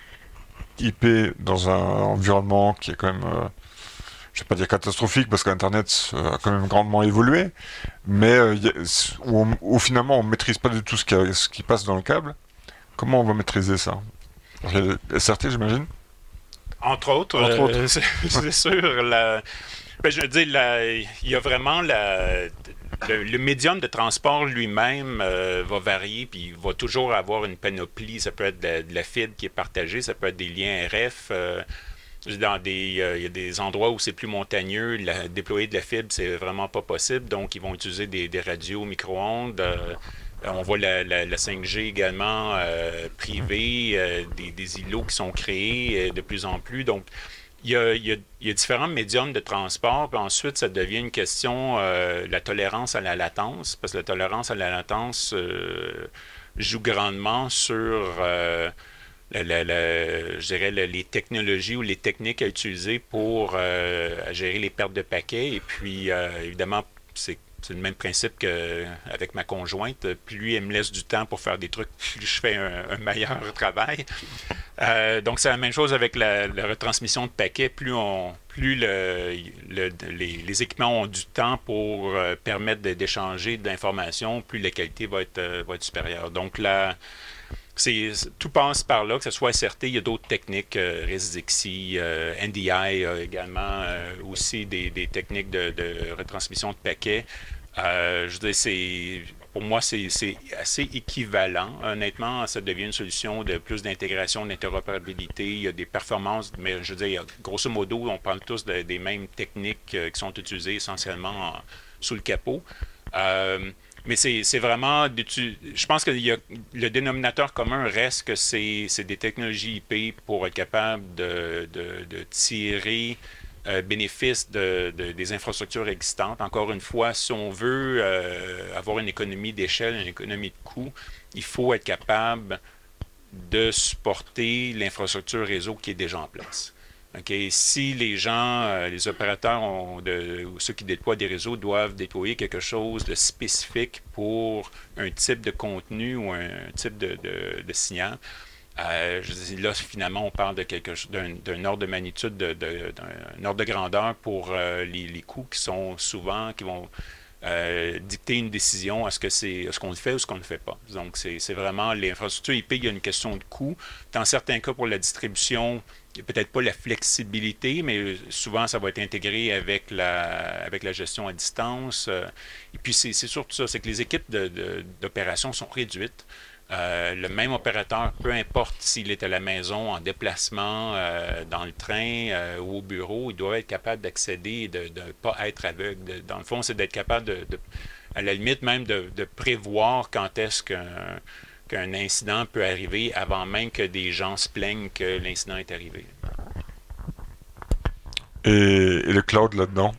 I P dans un environnement qui est quand même... Euh, je ne vais pas dire catastrophique parce qu'Internet a quand même grandement évolué, mais euh, y a, où, on, où finalement on ne maîtrise pas du tout ce qui, a, ce qui passe dans le câble. Comment on va maîtriser ça? S R T, j'imagine? Entre autres, Entre euh, autres. c'est, c'est sûr. La... Ben, je veux dire, la... il y a vraiment la... le, le médium de transport lui-même euh, va varier, puis il va toujours avoir une panoplie. Ça peut être de la, de la fibre qui est partagée, ça peut être des liens R F. Euh, dans des, euh, il y a des endroits où c'est plus montagneux, la, déployer de la fibre, c'est vraiment pas possible. Donc, ils vont utiliser des, des radios micro-ondes. Euh, on voit la, la, la cinq G également euh, privée, euh, des, des îlots qui sont créés euh, de plus en plus. Donc, Il y, a, il, y a, il y a différents médiums de transport, puis ensuite, ça devient une question euh, la tolérance à la latence, parce que la tolérance à la latence euh, joue grandement sur euh, la, la, la, je dirais la, les technologies ou les techniques à utiliser pour euh, à gérer les pertes de paquets. Et puis, euh, évidemment, c'est C'est le même principe qu'avec ma conjointe. Plus elle me laisse du temps pour faire des trucs, plus je fais un, un meilleur travail. Euh, donc, c'est la même chose avec la, la retransmission de paquets. Plus, on, plus le, le, les, les équipements ont du temps pour euh, permettre d'échanger d'informations, plus la qualité va être, euh, va être supérieure. Donc, la, c'est, tout passe par là, que ce soit S R T, il y a d'autres techniques, euh, ResDixi, euh, N D I euh, également, euh, aussi des, des techniques de, de retransmission de paquets. Euh, je veux dire, c'est, pour moi, c'est, c'est assez équivalent. Honnêtement, ça devient une solution de plus d'intégration, d'interopérabilité. Il y a des performances, mais je veux dire, grosso modo, on parle tous de, des mêmes techniques euh, qui sont utilisées essentiellement en, sous le capot. Euh, Mais c'est, c'est vraiment, je pense que il y a, le dénominateur commun reste que c'est, c'est des technologies I P pour être capable de, de, de tirer euh, bénéfice de, de, des infrastructures existantes. Encore une fois, si on veut euh, avoir une économie d'échelle, une économie de coût, il faut être capable de supporter l'infrastructure réseau qui est déjà en place. Okay. Si les gens, euh, les opérateurs ont de, ou ceux qui déploient des réseaux doivent déployer quelque chose de spécifique pour un type de contenu ou un, un type de, de, de signal, euh, je dis, là, finalement, on parle de quelque chose d'un, d'un ordre de magnitude, de, de, d'un ordre de grandeur pour euh, les, les coûts qui sont souvent, qui vont euh, dicter une décision, est-ce que c'est est-ce qu'on le fait ou est-ce qu'on ne le fait pas. Donc, c'est, c'est vraiment l'infrastructure I P, il y a une question de coût. Dans certains cas, pour la distribution, il n'y a peut-être pas la flexibilité, mais souvent, ça va être intégré avec la, avec la gestion à distance. Et puis, c'est, c'est surtout ça, c'est que les équipes de, de, d'opération sont réduites. Euh, le même opérateur, peu importe s'il est à la maison, en déplacement, euh, dans le train euh, ou au bureau, il doit être capable d'accéder et de ne pas être aveugle. De, dans le fond, c'est d'être capable, de, de, à la limite même, de, de prévoir quand est-ce qu'un qu'un incident peut arriver avant même que des gens se plaignent que l'incident est arrivé. Et, et le cloud là-dedans?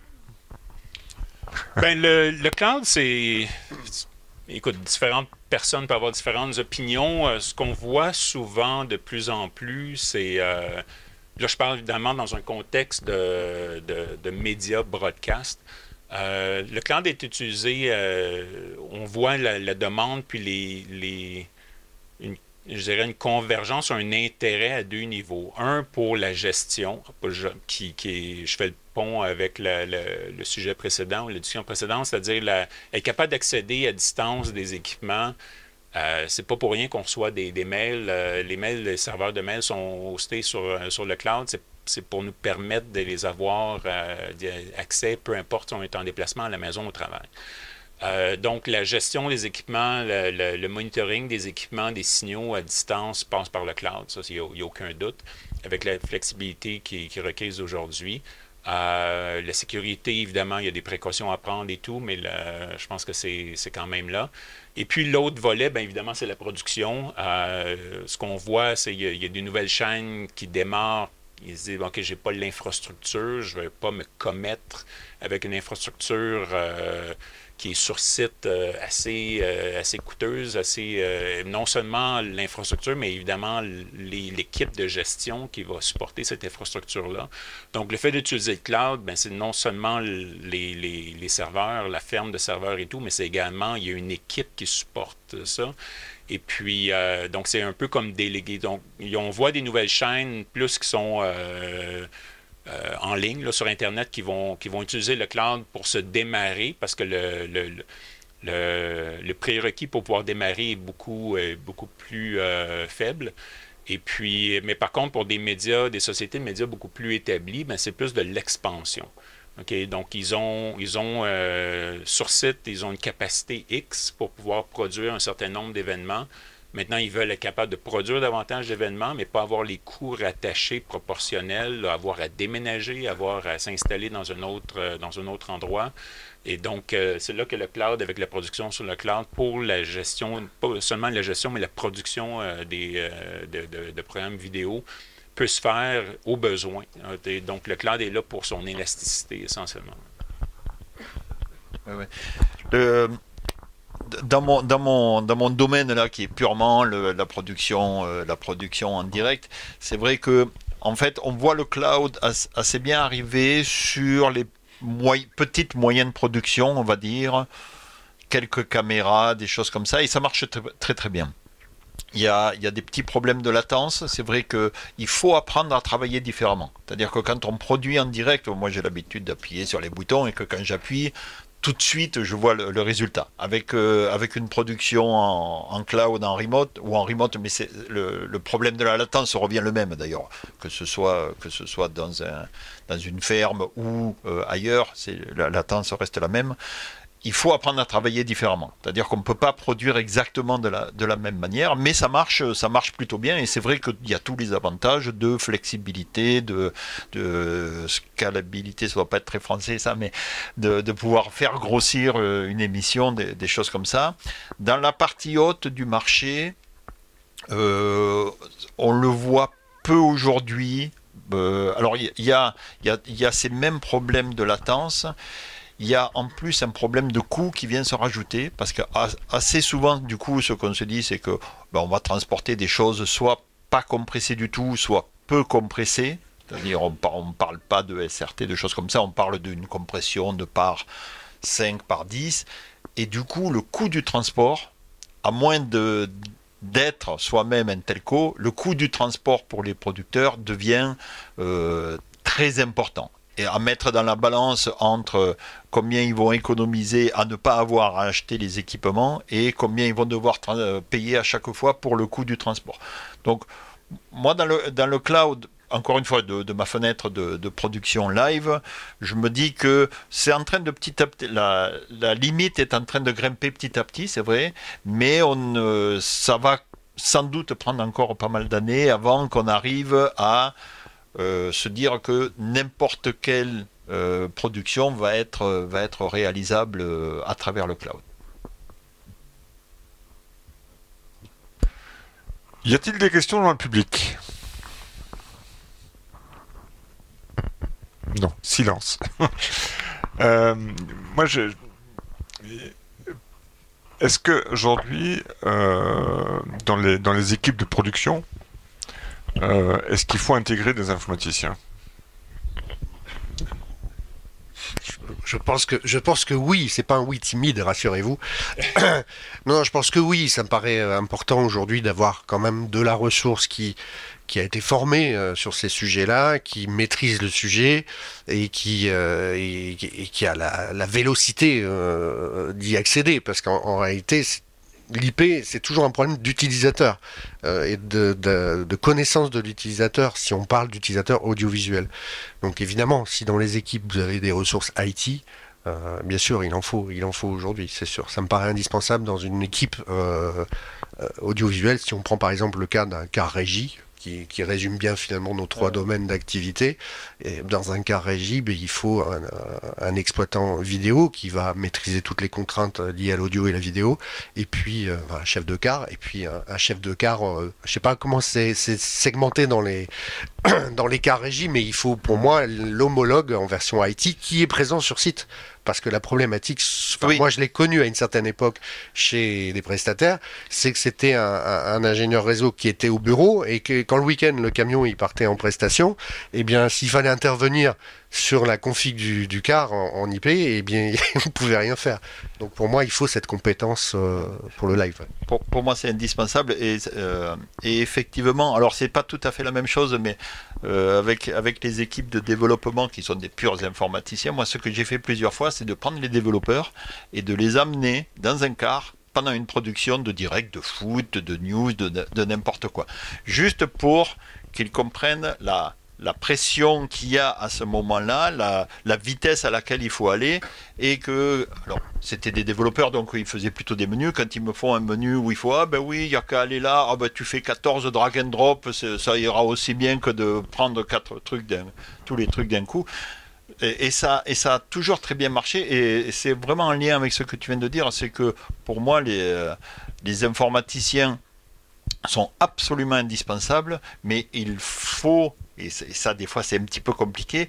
Ben, le, le cloud, c'est... Écoute, différentes personnes peuvent avoir différentes opinions. Euh, ce qu'on voit souvent de plus en plus, c'est... Euh, là, je parle évidemment dans un contexte de, de, de médias broadcast. Euh, le cloud est utilisé, euh, on voit la, la demande, puis les... les Une, je dirais une convergence, un intérêt à deux niveaux. Un, pour la gestion, qui, qui est, je fais le pont avec la, la, le sujet précédent, ou la discussion précédente, c'est-à-dire la, être capable d'accéder à distance des équipements. Euh, c'est pas pour rien qu'on reçoit des, des mails. Euh, les mails, les serveurs de mails sont hostés sur, sur le cloud. C'est, c'est pour nous permettre de les avoir euh, accès, peu importe si on est en déplacement à la maison ou au travail. Euh, donc, la gestion des équipements, le, le, le monitoring des équipements, des signaux à distance passe par le cloud. Ça, il n'y a, a aucun doute, avec la flexibilité qui, qui est requise aujourd'hui. Euh, la sécurité, évidemment, il y a des précautions à prendre et tout, mais le, je pense que c'est, c'est quand même là. Et puis, l'autre volet, bien évidemment, c'est la production. Euh, ce qu'on voit, c'est qu'il y, y a des nouvelles chaînes qui démarrent. Ils se disent, OK, je n'ai pas l'infrastructure, je ne vais pas me commettre avec une infrastructure euh, qui est sur site euh, assez, euh, assez coûteuse, assez, euh, non seulement l'infrastructure, mais évidemment les, l'équipe de gestion qui va supporter cette infrastructure-là. Donc, le fait d'utiliser le cloud, bien, c'est non seulement les, les, les serveurs, la ferme de serveurs et tout, mais c'est également, il y a une équipe qui supporte ça. Et puis, euh, donc, c'est un peu comme délégué. Donc, on voit des nouvelles chaînes, plus qui sont euh, euh, en ligne, là, sur Internet, qui vont, qui vont utiliser le cloud pour se démarrer, parce que le, le, le, le prérequis pour pouvoir démarrer est beaucoup, euh, beaucoup plus euh, faible. Et puis, mais par contre, pour des médias, des sociétés de médias beaucoup plus établies, ben, c'est plus de l'expansion. Okay? Donc, ils ont, ils ont euh, sur site, ils ont une capacité X pour pouvoir produire un certain nombre d'événements. Maintenant, ils veulent être capables de produire davantage d'événements, mais pas avoir les coûts rattachés proportionnels, là, avoir à déménager, avoir à s'installer dans un autre, euh, dans un autre endroit. Et donc, euh, c'est là que le cloud, avec la production sur le cloud, pour la gestion, pas seulement la gestion, mais la production euh, des, euh, de, de, de programmes vidéo, peut se faire au besoin. Donc, le cloud est là pour son élasticité, essentiellement. Ouais, ouais. Le... Dans mon, dans, mon, dans mon domaine là, qui est purement le, la, production, euh, la production en direct, c'est vrai que en fait, on voit le cloud as, assez bien arriver sur les moy- petites moyennes productions, on va dire, quelques caméras, des choses comme ça, et ça marche très très, très bien. Il y, a, il y a des petits problèmes de latence, c'est vrai qu'il faut apprendre à travailler différemment. C'est-à-dire que quand on produit en direct, moi j'ai l'habitude d'appuyer sur les boutons et que quand j'appuie, tout de suite je vois le, le résultat. Avec, euh, avec une production en, en cloud, en remote, ou en remote, mais c'est, le, le problème de la latence revient le même d'ailleurs, que ce soit, que ce soit dans, un, dans une ferme ou euh, ailleurs, c'est, la latence reste la même. Il faut apprendre à travailler différemment. C'est-à-dire qu'on ne peut pas produire exactement de la, de la même manière, mais ça marche, ça marche plutôt bien. Et c'est vrai qu'il y a tous les avantages de flexibilité, de, de scalabilité, ça ne doit pas être très français ça, mais de, de pouvoir faire grossir une émission, des, des choses comme ça. Dans la partie haute du marché, euh, on le voit peu aujourd'hui. Euh, alors il y, y, a, y, a, y a ces mêmes problèmes de latence. Il y a en plus un problème de coût qui vient se rajouter, parce que assez souvent, du coup, ce qu'on se dit, c'est que ben, on va transporter des choses soit pas compressées du tout, soit peu compressées. C'est-à-dire, on ne parle pas de S R T, de choses comme ça, on parle d'une compression de par cinq, par dix. Et du coup, le coût du transport, à moins de, d'être soi-même un telco, le coût du transport pour les producteurs devient euh, très important. Et à mettre dans la balance entre combien ils vont économiser à ne pas avoir à acheter les équipements et combien ils vont devoir tra- payer à chaque fois pour le coût du transport. Donc, moi, dans le, dans le cloud, encore une fois, de, de ma fenêtre de, de production live, je me dis que c'est en train de petit à petit, la, la limite est en train de grimper petit à petit, c'est vrai, mais on, euh, ça va sans doute prendre encore pas mal d'années avant qu'on arrive à Euh, se dire que n'importe quelle euh, production va être, va être réalisable euh, à travers le cloud. Y a-t-il des questions dans le public? Non, silence. euh, moi, je... Est-ce que aujourd'hui, euh, dans les dans les équipes de production, Euh, est-ce qu'il faut intégrer des informaticiens? Je pense que je pense que oui, c'est pas un oui timide, rassurez-vous. Non, je pense que oui, ça me paraît important aujourd'hui d'avoir quand même de la ressource qui qui a été formée euh, sur ces sujets-là, qui maîtrise le sujet et qui euh, et, et qui a la, la vélocité euh, d'y accéder, parce qu'en en réalité, l'I P, c'est toujours un problème d'utilisateur euh, et de, de, de connaissance de l'utilisateur, si on parle d'utilisateur audiovisuel. Donc évidemment, si dans les équipes vous avez des ressources I T, euh, bien sûr, il en faut, il en faut aujourd'hui, c'est sûr. Ça me paraît indispensable dans une équipe euh, euh, audiovisuelle. Si on prend par exemple le cas d'un car régie, Qui, qui résume bien finalement nos trois domaines d'activité. Et dans un cas régie, ben, il faut un, un exploitant vidéo qui va maîtriser toutes les contraintes liées à l'audio et la vidéo, et puis euh, un chef de car, et puis un, un chef de car, euh, je sais pas comment c'est, c'est segmenté dans les dans les cas régie, mais il faut pour moi l'homologue en version I T qui est présent sur site. Parce que la problématique, enfin, oui. Moi je l'ai connu à une certaine époque chez des prestataires, c'est que c'était un, un, un ingénieur réseau qui était au bureau et que quand le week-end le camion il partait en prestation, eh bien s'il fallait intervenir sur la config du, du car en, en I P, eh bien on ne pouvait rien faire. Donc pour moi il faut cette compétence euh, pour le live. Pour, pour moi c'est indispensable et, euh, et effectivement, alors c'est pas tout à fait la même chose, mais euh, avec, avec les équipes de développement qui sont des purs informaticiens, moi ce que j'ai fait plusieurs fois, c'est de prendre les développeurs et de les amener dans un car pendant une production de direct, de foot, de news, de, de n'importe quoi. Juste pour qu'ils comprennent la, la pression qu'il y a à ce moment-là, la, la vitesse à laquelle il faut aller, et que, alors, c'était des développeurs, donc ils faisaient plutôt des menus. Quand ils me font un menu où il faut, ah ben oui, il n'y a qu'à aller là, ah ben tu fais quatorze drag and drop, ça ira aussi bien que de prendre quatre trucs d'un, tous les trucs d'un coup. Et, et, ça, et ça a toujours très bien marché, et, et c'est vraiment en lien avec ce que tu viens de dire, c'est que pour moi, les, euh, les informaticiens sont absolument indispensables, mais il faut, et ça des fois c'est un petit peu compliqué,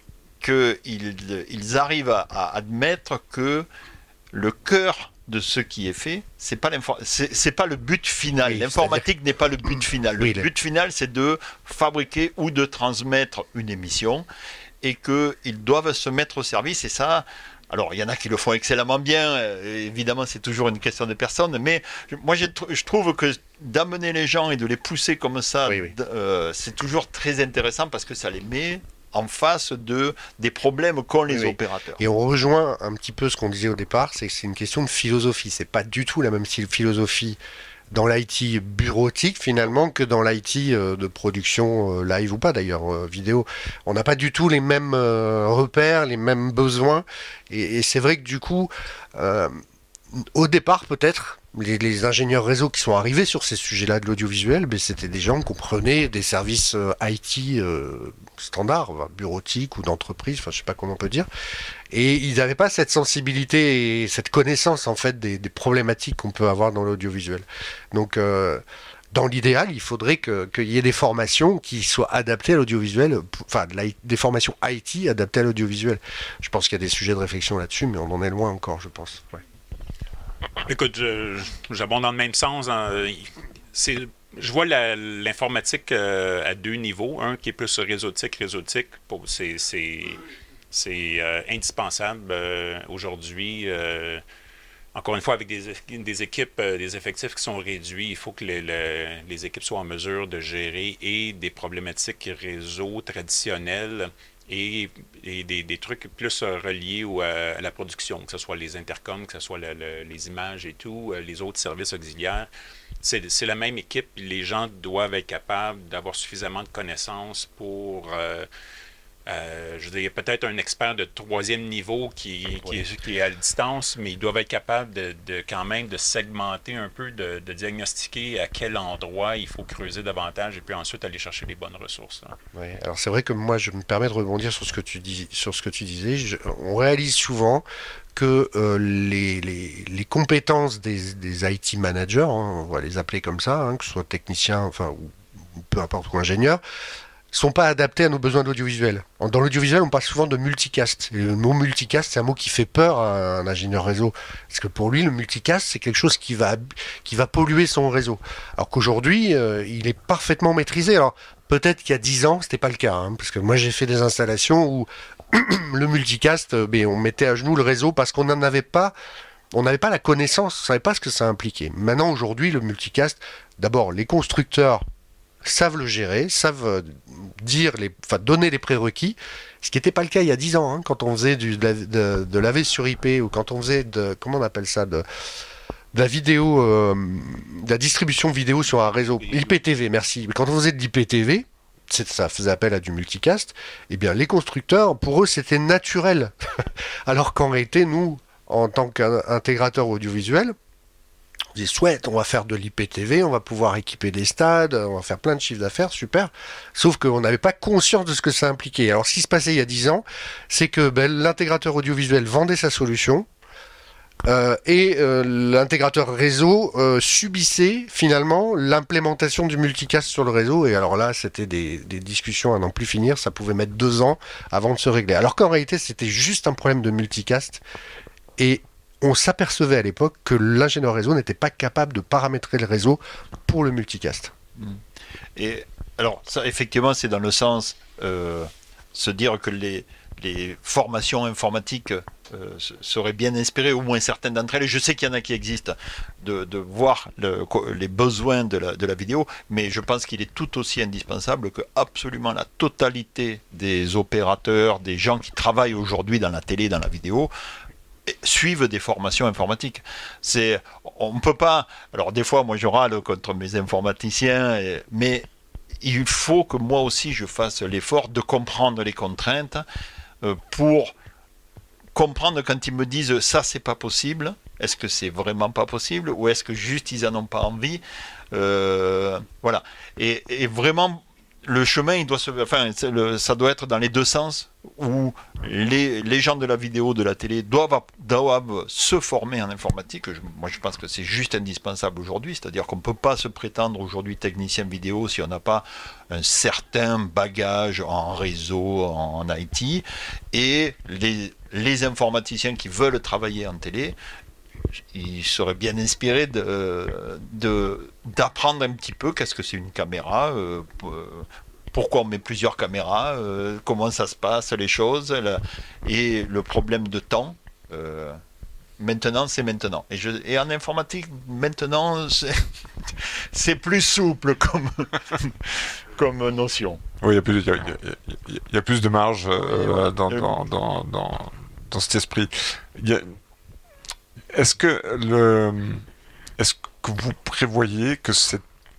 qu'ils ils arrivent à, à admettre que le cœur de ce qui est fait, c'est pas c'est, c'est pas le but final. Oui, l'informatique n'est pas le but final. Le oui, but final, c'est de fabriquer ou de transmettre une émission, et qu'ils doivent se mettre au service, et ça... Alors, il y en a qui le font excellemment bien, euh, évidemment, c'est toujours une question de personne, mais moi, je, je trouve que d'amener les gens et de les pousser comme ça, oui, oui. Euh, c'est toujours très intéressant, parce que ça les met en face de, des problèmes qu'ont les oui, opérateurs. Et on rejoint un petit peu ce qu'on disait au départ, c'est que c'est une question de philosophie, c'est pas du tout la même philosophie dans l'I T bureautique finalement que dans l'I T euh, de production euh, live ou pas d'ailleurs, euh, vidéo. On n'a pas du tout les mêmes euh, repères, les mêmes besoins, et, et c'est vrai que du coup, euh, au départ peut-être, les, les ingénieurs réseau qui sont arrivés sur ces sujets-là de l'audiovisuel, ben, c'était des gens qui comprenaient des services euh, I T euh, standards, bureautiques ou d'entreprise, enfin je sais pas comment on peut dire, et ils n'avaient pas cette sensibilité et cette connaissance en fait des, des problématiques qu'on peut avoir dans l'audiovisuel. Donc euh, dans l'idéal, il faudrait que, qu'il y ait des formations qui soient adaptées à l'audiovisuel, enfin de des formations I T adaptées à l'audiovisuel. Je pense qu'il y a des sujets de réflexion là-dessus, mais on en est loin encore, je pense. Ouais. Écoute, je, j'abonde dans le même sens. Hein. C'est, je vois la, l'informatique euh, à deux niveaux. Un qui est plus réseautique, réseautique. Pour, c'est c'est, c'est euh, indispensable euh, aujourd'hui. Euh, encore une fois, avec des, des équipes, euh, des effectifs qui sont réduits, il faut que le, le, les équipes soient en mesure de gérer et des problématiques réseau traditionnelles, et, et des, des trucs plus euh, reliés au, à la production, que ce soit les intercoms, que ce soit le, le, les images et tout, euh, les autres services auxiliaires. C'est, c'est la même équipe. Les gens doivent être capables d'avoir suffisamment de connaissances pour... Euh, euh, je veux dire, il y a peut-être un expert de troisième niveau qui, qui, oui. est, qui est à distance, mais ils doivent être capables de, de quand même de segmenter un peu, de, de diagnostiquer à quel endroit il faut creuser davantage, et puis ensuite aller chercher les bonnes ressources. Hein. Oui, alors c'est vrai que moi, je me permets de rebondir sur ce que tu, dis, sur ce que tu disais. Je, on réalise souvent que euh, les, les, les compétences des, des I T managers, hein, on va les appeler comme ça, hein, que ce soit techniciens, enfin, ou, ou peu importe, ou ingénieurs, sont pas adaptés à nos besoins d'audiovisuel. Dans l'audiovisuel, on parle souvent de multicast. Et le mot multicast, c'est un mot qui fait peur à un ingénieur réseau. Parce que pour lui, le multicast, c'est quelque chose qui va, qui va polluer son réseau. Alors qu'aujourd'hui, euh, il est parfaitement maîtrisé. Alors, peut-être qu'il y a dix ans, c'était pas le cas. Hein, parce que moi, j'ai fait des installations où le multicast, ben, on mettait à genoux le réseau parce qu'on n'en avait pas... On n'avait pas la connaissance, on ne savait pas ce que ça impliquait. Maintenant, aujourd'hui, le multicast, d'abord, les constructeurs savent le gérer, savent dire les, enfin, donner les prérequis, ce qui n'était pas le cas il y a dix ans, hein, quand on faisait du, de, de, de la V sur I P, ou quand on faisait de, comment on appelle ça, de, de la vidéo, euh, de la distribution vidéo sur un réseau, I P T V, merci. Quand on faisait de l'I P T V, ça faisait appel à du multicast, eh bien les constructeurs, pour eux, c'était naturel. Alors qu'en réalité, nous, en tant qu'intégrateur audiovisuel, on dit souhaite, on va faire de l'I P T V, on va pouvoir équiper des stades, on va faire plein de chiffres d'affaires, super. Sauf qu'on n'avait pas conscience de ce que ça impliquait. Alors ce qui se passait il y a dix ans, c'est que ben, l'intégrateur audiovisuel vendait sa solution euh, et euh, l'intégrateur réseau euh, subissait finalement l'implémentation du multicast sur le réseau. Et alors là, c'était des, des discussions à n'en plus finir, ça pouvait mettre deux ans avant de se régler. Alors qu'en réalité, c'était juste un problème de multicast. Et on s'apercevait à l'époque que l'ingénieur réseau n'était pas capable de paramétrer le réseau pour le multicast. Et alors, ça, effectivement, c'est dans le sens euh, se dire que les, les formations informatiques euh, seraient bien inspirées, au moins certaines d'entre elles. Et je sais qu'il y en a qui existent, de, de voir le, les besoins de la, de la vidéo, mais je pense qu'il est tout aussi indispensable que absolument la totalité des opérateurs, des gens qui travaillent aujourd'hui dans la télé, dans la vidéo, suivent des formations informatiques. C'est, on ne peut pas... Alors des fois, moi je râle contre mes informaticiens, et, mais il faut que moi aussi je fasse l'effort de comprendre les contraintes euh, pour comprendre quand ils me disent ça c'est pas possible, est-ce que c'est vraiment pas possible ou est-ce que juste ils en ont pas envie, euh, voilà. Et, et vraiment le chemin il doit se, enfin le, ça doit être dans les deux sens où les, les gens de la vidéo, de la télé doivent, doivent se former en informatique. Je, moi je pense que c'est juste indispensable aujourd'hui, c'est-à-dire qu'on ne peut pas se prétendre aujourd'hui technicien vidéo si on n'a pas un certain bagage en réseau, en I T, et les, les informaticiens qui veulent travailler en télé, ils seraient bien inspirés de, de, d'apprendre un petit peu qu'est-ce que c'est une caméra, euh, pourquoi on met plusieurs caméras, euh, comment ça se passe, les choses, là, et le problème de temps. Euh, maintenant, c'est maintenant. Et, je, et en informatique, maintenant, c'est, c'est plus souple comme, comme notion. Oui, il y a plus, il y a, il y a, il y a plus de marge euh, dans, dans, dans, dans, dans cet esprit. Il y a, est-ce que le, est-ce que vous prévoyez que cette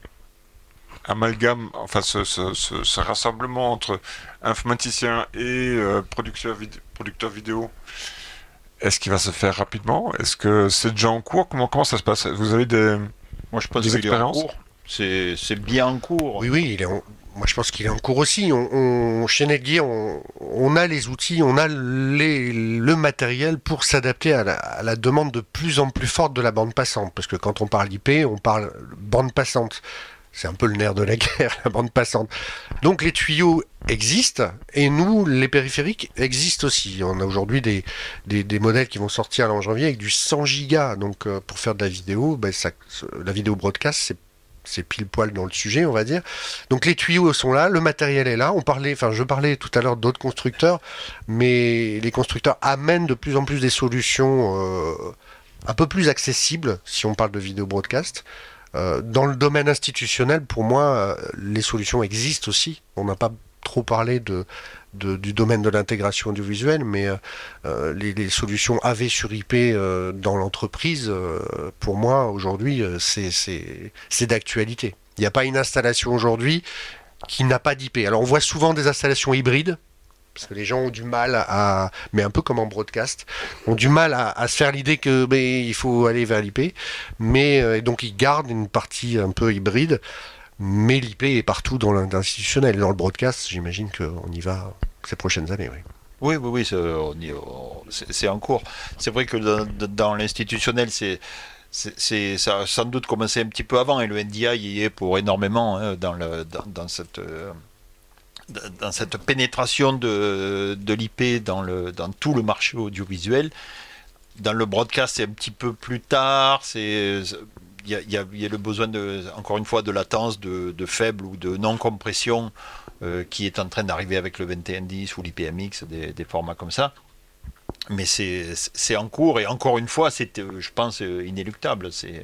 amalgame, enfin ce, ce, ce, ce rassemblement entre informaticiens et euh, producteurs, vid- producteurs vidéo, est-ce qu'il va se faire rapidement? Est-ce que c'est déjà en cours? Comment, comment ça se passe? Vous avez des, Moi, je pense des qu'il est en expériences? cours. C'est, c'est bien en cours. Oui, oui, il est en- moi je pense qu'il est en cours aussi. On, on- chez Netgear, on, on a les outils, on a les- le matériel pour s'adapter à la, à la demande de plus en plus forte de la bande passante. Parce que quand on parle I P, on parle bande passante. C'est un peu le nerf de la guerre, la bande passante. Donc les tuyaux existent, et nous, les périphériques existent aussi. On a aujourd'hui des, des, des modèles qui vont sortir là en janvier avec du cent gigas. Donc euh, pour faire de la vidéo, ben, ça, la vidéo broadcast, c'est c'est pile poil dans le sujet, on va dire. Donc les tuyaux sont là, le matériel est là. On parlait, enfin je parlais tout à l'heure d'autres constructeurs, mais les constructeurs amènent de plus en plus des solutions euh, un peu plus accessibles si on parle de vidéo broadcast. Euh, dans le domaine institutionnel, pour moi, euh, les solutions existent aussi. On n'a pas trop parlé de, de, du domaine de l'intégration audiovisuelle, mais euh, les, les solutions A V sur I P euh, dans l'entreprise, euh, pour moi, aujourd'hui, euh, c'est, c'est, c'est d'actualité. Il n'y a pas une installation aujourd'hui qui n'a pas d'I P. Alors, on voit souvent des installations hybrides, parce que les gens ont du mal à, mais un peu comme en broadcast, ont du mal à, à se faire l'idée que mais, il faut aller vers l'I P, mais euh, et donc ils gardent une partie un peu hybride, mais l'I P est partout dans l'institutionnel. Dans le broadcast, j'imagine qu'on y va ces prochaines années. Oui, Oui, oui, oui, c'est, on y- on- c'est- c'est en cours. C'est vrai que dans, dans l'institutionnel, c'est, c'est, c'est- ça a sans doute commencé un petit peu avant, et le N D I y est pour énormément hein, dans, le, dans, dans cette, euh, dans cette pénétration de, de l'I P dans, le, dans tout le marché audiovisuel. Dans le broadcast, c'est un petit peu plus tard. C'est, il y a, il y a- il y a le besoin, de, encore une fois, de latence, de, de faible ou de non-compression euh, qui est en train d'arriver avec le vingt et un dix ou l'I P M X, des, des formats comme ça. Mais c'est, c'est en cours, et encore une fois, c'est, euh, je pense, euh, inéluctable. C'est,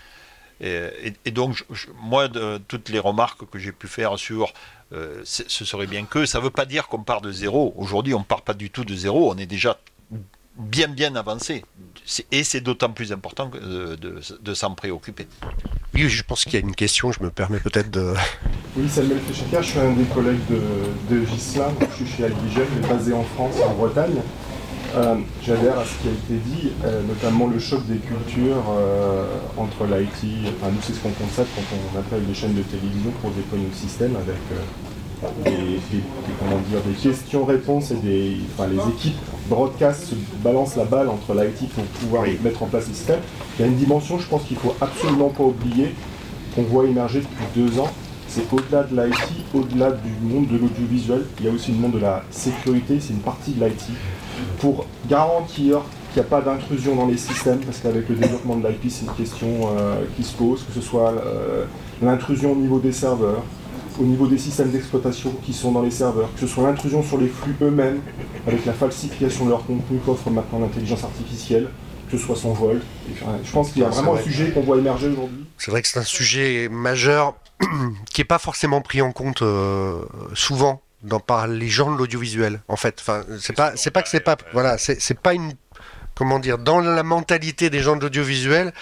euh, et, et donc, je- je- moi, de, toutes les remarques que j'ai pu faire sur euh, c'est- ce serait bien que, ça ne veut pas dire qu'on part de zéro. Aujourd'hui, on ne part pas du tout de zéro, on est déjà bien bien avancé. C'est- Et c'est d'autant plus important que de, de, de s'en préoccuper. oui, je pense qu'il y a une question. Je me permets peut-être de. Oui, Samuel Féchaka, je suis un des collègues de, de Ghislain, je suis chez Alvigel, mais basé en France, en Bretagne. Euh, J'adhère à ce qui a été dit, euh, notamment le choc des cultures euh, entre l'I T, enfin nous c'est ce qu'on constate quand on appelle les chaînes de télévision pour déployer nos systèmes avec euh, des, des- des- comment dire, des questions-réponses et des, enfin, les équipes broadcast se balancent la balle entre l'I T pour pouvoir Oui. mettre en place les systèmes. Il y a une dimension, je pense qu'il faut absolument pas oublier, qu'on voit émerger depuis deux ans, c'est au-delà de l'I T, au-delà du monde de l'audiovisuel, il y a aussi le monde de la sécurité, c'est une partie de l'I T, pour garantir qu'il n'y a pas d'intrusion dans les systèmes, parce qu'avec le développement de l'I P, c'est une question euh, qui se pose, que ce soit euh, l'intrusion au niveau des serveurs, au niveau des systèmes d'exploitation qui sont dans les serveurs, que ce soit l'intrusion sur les flux eux-mêmes, avec la falsification de leur contenu qu'offre maintenant l'intelligence artificielle, que ce soit son vol. Et, enfin, je pense qu'il y a C'est vraiment vrai. un sujet qu'on voit émerger aujourd'hui. C'est vrai que c'est un sujet majeur qui n'est pas forcément pris en compte euh, souvent dans, par les gens de l'audiovisuel. En fait, enfin, c'est pas, c'est pas que c'est pas, voilà, c'est c'est pas une, comment dire, dans la mentalité des gens de l'audiovisuel,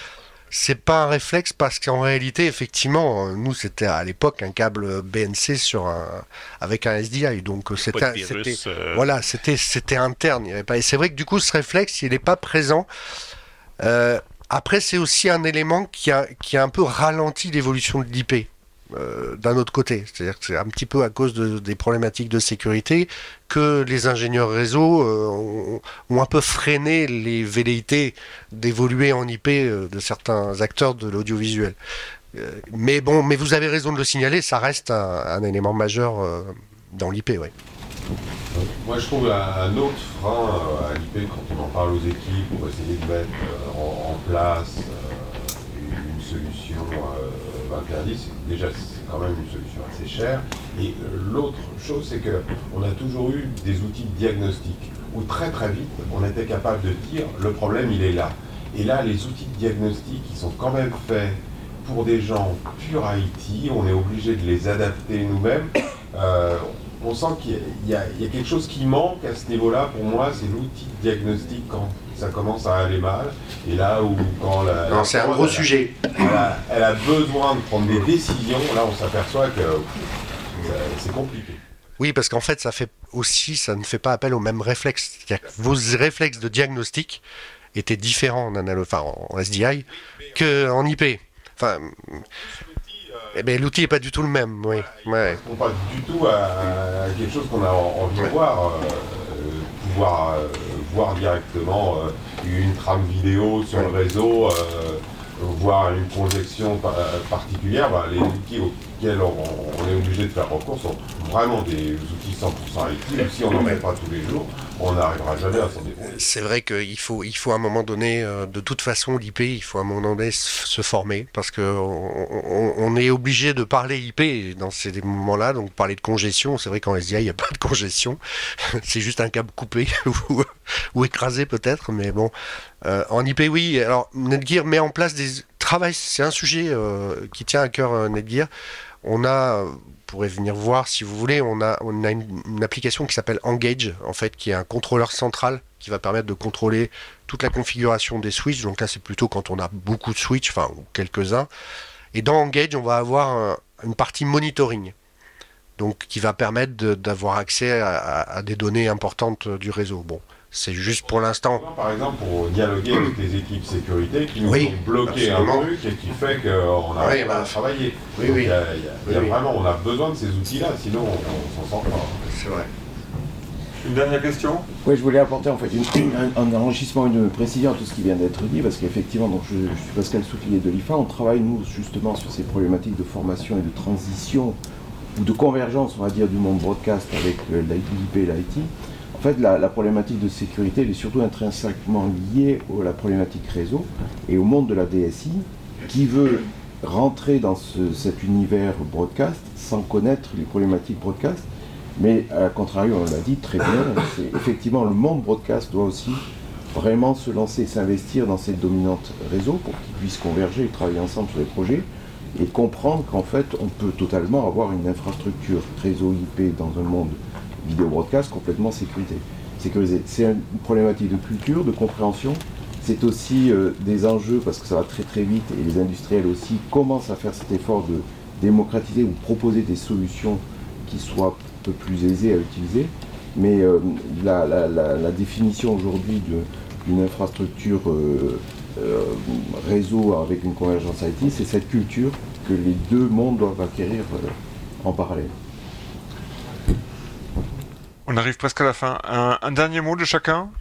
C'est pas un réflexe parce qu'en réalité, effectivement, nous c'était à l'époque un câble B N C sur un avec un S D I, donc c'était, Pas de virus, c'était euh, voilà, c'était c'était interne. Il y avait pas. Et c'est vrai que du coup, ce réflexe, il n'est pas présent. Euh, après, c'est aussi un élément qui a qui a un peu ralenti l'évolution de l'I P. Euh, d'un autre côté, c'est-à-dire que c'est un petit peu à cause de, des problématiques de sécurité que les ingénieurs réseau euh, ont, ont un peu freiné les velléités d'évoluer en I P euh, de certains acteurs de l'audiovisuel. Euh, mais bon, mais vous avez raison de le signaler, ça reste un, un élément majeur euh, dans l'I P, oui. Moi, je trouve un, un autre frein euh, à l'I P quand on en parle aux équipes pour essayer de mettre euh, en, en place euh, une, une solution euh, interdite, c'est déjà c'est quand même une solution assez chère. Et euh, l'autre chose, c'est que on a toujours eu des outils de diagnostic où très très vite, on était capable de dire le problème il est là. Et là, les outils de diagnostic, ils sont quand même faits pour des gens purs I T. On est obligé de les adapter nous-mêmes. Euh, on sent qu'il y a, il y a, il y a quelque chose qui manque à ce niveau-là. Pour moi, c'est l'outil de diagnostic quand ça commence à aller mal. Et là où, quand la. Non, la c'est un prod, gros elle a- sujet. Elle a, elle a besoin de prendre des décisions. Là, on s'aperçoit que pff, c'est compliqué. Oui, parce qu'en fait, ça fait aussi, ça ne fait pas appel aux mêmes réflexes. C'est-à-dire que vos réflexes de diagnostic étaient différents en, analo- enfin, en S D I qu'en I P. Enfin, eh ben, l'outil n'est pas du tout le même, oui. Ouais. On passe du tout à, à quelque chose qu'on a envie de voir, euh, pouvoir euh, voir directement euh, une trame vidéo sur le réseau, euh, voir une projection pa- particulière. Bah, les outils auxquels on, on est obligé de faire recours sont vraiment des outils cent pour cent I T. Si on n'en met pas tous les jours, on n'arrivera jamais à s'en défendre. C'est vrai qu'il faut, il faut à un moment donné, euh, de toute façon, l'I P, il faut à un moment donné se se former parce que on, on- on est obligé de parler I P dans ces moments-là, donc parler de congestion. C'est vrai qu'en S D I, il n'y a pas de congestion, c'est juste un câble coupé ou, ou écrasé peut-être, mais bon. Euh, en I P, oui. Alors, Netgear met en place des travail. C'est un sujet euh, qui tient à cœur euh, Netgear. On a, vous pourrez venir voir si vous voulez, on a, on a une, une application qui s'appelle Engage, en fait, qui est un contrôleur central qui va permettre de contrôler toute la configuration des switches. Donc là, c'est plutôt quand on a beaucoup de switches, enfin, ou quelques-uns. Et dans Engage, on va avoir un- une partie monitoring. Donc, qui va permettre de- d'avoir accès à, à- à des données importantes euh, du réseau. Bon, c'est juste pour l'instant. Par exemple, pour dialoguer avec les équipes sécurité qui nous Oui, ont bloqué absolument. un truc et qui fait qu'on n'arrive Oui, pas bah, à travailler. oui, Donc, oui. il y a, il y a- il y a Oui, oui. vraiment, on a besoin de ces outils-là, sinon on, on s'en sort pas. C'est vrai. Une dernière question? Oui, je voulais apporter en fait une- un, un enrichissement, une précision à tout ce qui vient d'être dit, parce qu'effectivement, donc je, je suis Pascal Soufflier de l'I F A, on travaille nous justement sur ces problématiques de formation et de transition ou de convergence, on va dire, du monde broadcast avec euh, l'I P et l'I T. En fait, la, la problématique de sécurité, elle est surtout intrinsèquement liée à la problématique réseau et au monde de la D S I, qui veut rentrer dans ce- cet univers broadcast sans connaître les problématiques broadcast. Mais à contrario, on l'a dit très bien, c'est effectivement le monde broadcast doit aussi vraiment se lancer, s'investir dans cette dominante réseau pour qu'ils puissent converger et travailler ensemble sur les projets et comprendre qu'en fait on peut totalement avoir une infrastructure réseau I P dans un monde vidéo broadcast complètement sécurisé. sécurisé. C'est une problématique de culture, de compréhension. C'est aussi euh, des enjeux parce que ça va très très vite et les industriels aussi commencent à faire cet effort de démocratiser ou proposer des solutions qui soient un peu plus aisées à utiliser. Mais euh, la, la- la- la définition aujourd'hui de- d'une infrastructure euh, euh, réseau avec une convergence I T, c'est cette culture que les deux mondes doivent acquérir euh, en parallèle. On arrive presque à la fin. Un, un dernier mot de chacun?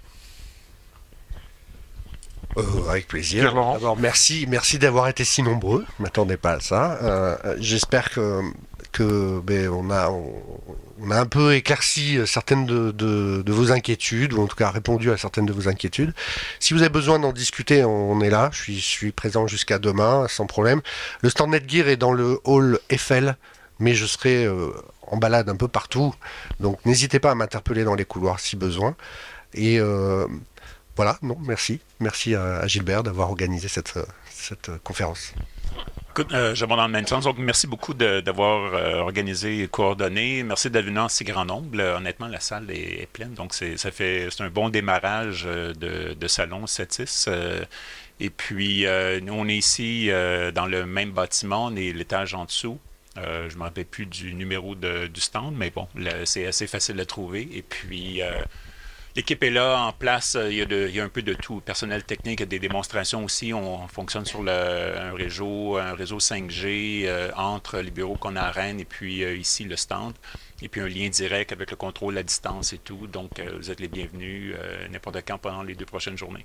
Euh, avec plaisir. Pierre-Laurent. D'abord, merci, merci d'avoir été si nombreux. Je m'attendais pas à ça. Euh, J'espère que, que ben, on a, on, on a un peu éclairci certaines de, de, de vos inquiétudes, ou en tout cas répondu à certaines de vos inquiétudes. Si vous avez besoin d'en discuter, on est là. Je suis, je suis présent jusqu'à demain, sans problème. Le stand Netgear est dans le hall Eiffel, mais je serai euh, en balade un peu partout. Donc n'hésitez pas à m'interpeller dans les couloirs si besoin. Et euh, voilà, non, merci. Merci à, à Gilbert d'avoir organisé cette, cette conférence. Écoute, euh, je vais dans le même sens. Donc, merci beaucoup de- d'avoir euh, organisé et coordonné. Merci d'être venu en si grand nombre. Euh, honnêtement, la salle est, est pleine. Donc, c'est, ça fait, c'est un bon démarrage euh, de, de salon Cetis. Euh, et puis, euh, nous, on est ici euh, dans le même bâtiment. On est l'étage en dessous. Euh, je ne me rappelle plus du numéro de- du stand, mais bon, là, c'est assez facile à trouver. Et puis, euh, l'équipe est là, en place. Il y a, de- il y a un peu de tout. Personnel technique, il y a des démonstrations aussi. On fonctionne sur le, un réseau, un réseau cinq G euh, entre les bureaux qu'on a à Rennes et puis euh, ici le stand. Et puis un lien direct avec le contrôle à distance et tout. Donc, euh, vous êtes les bienvenus euh, n'importe quand pendant les deux prochaines journées.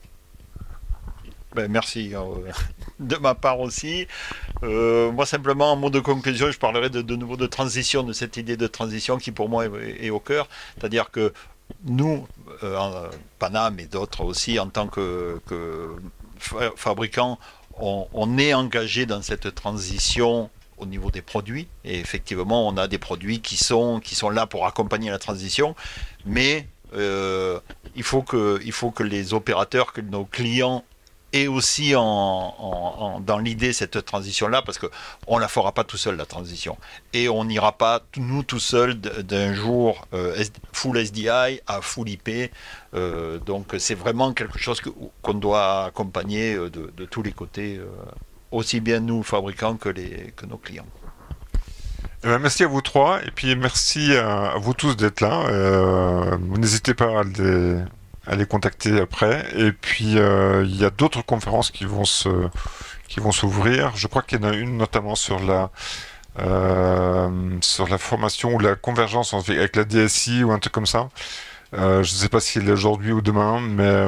Ben, merci euh, de ma part aussi. Euh, moi, simplement, en mot de conclusion, je parlerai de, de nouveau de transition, de cette idée de transition qui, pour moi, est, est au cœur. C'est-à-dire que nous, euh, en, Panam et d'autres aussi, en tant que, que fa- fabricants, on, on est engagé dans cette transition au niveau des produits. Et effectivement, on a des produits qui sont, qui sont là pour accompagner la transition. Mais euh, il faut que, il faut que les opérateurs, que nos clients et aussi en, en- en- dans l'idée cette transition-là, parce qu'on ne la fera pas tout seul, la transition. Et on n'ira pas, nous, tout seul, d'un jour euh, S- full S D I à full I P. Euh, donc c'est vraiment quelque chose que- qu'on doit accompagner euh, de, de tous les côtés, euh, aussi bien nous, fabricants, que, les, que nos clients. Eh ben, merci à vous trois, et puis merci à, à vous tous d'être là. Euh, n'hésitez pas à les, à les contacter après. Et puis euh, il y a d'autres conférences qui vont se, qui vont s'ouvrir. Je crois qu'il y en a une notamment sur la, euh, sur la formation ou la convergence avec la D S I ou un truc comme ça. Euh, je ne sais pas s'il est aujourd'hui ou demain, mais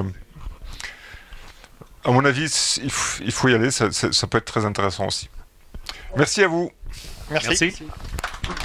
à mon avis, il faut, il faut y aller. Ça, ça, ça peut être très intéressant aussi. Merci à vous. Merci. Merci.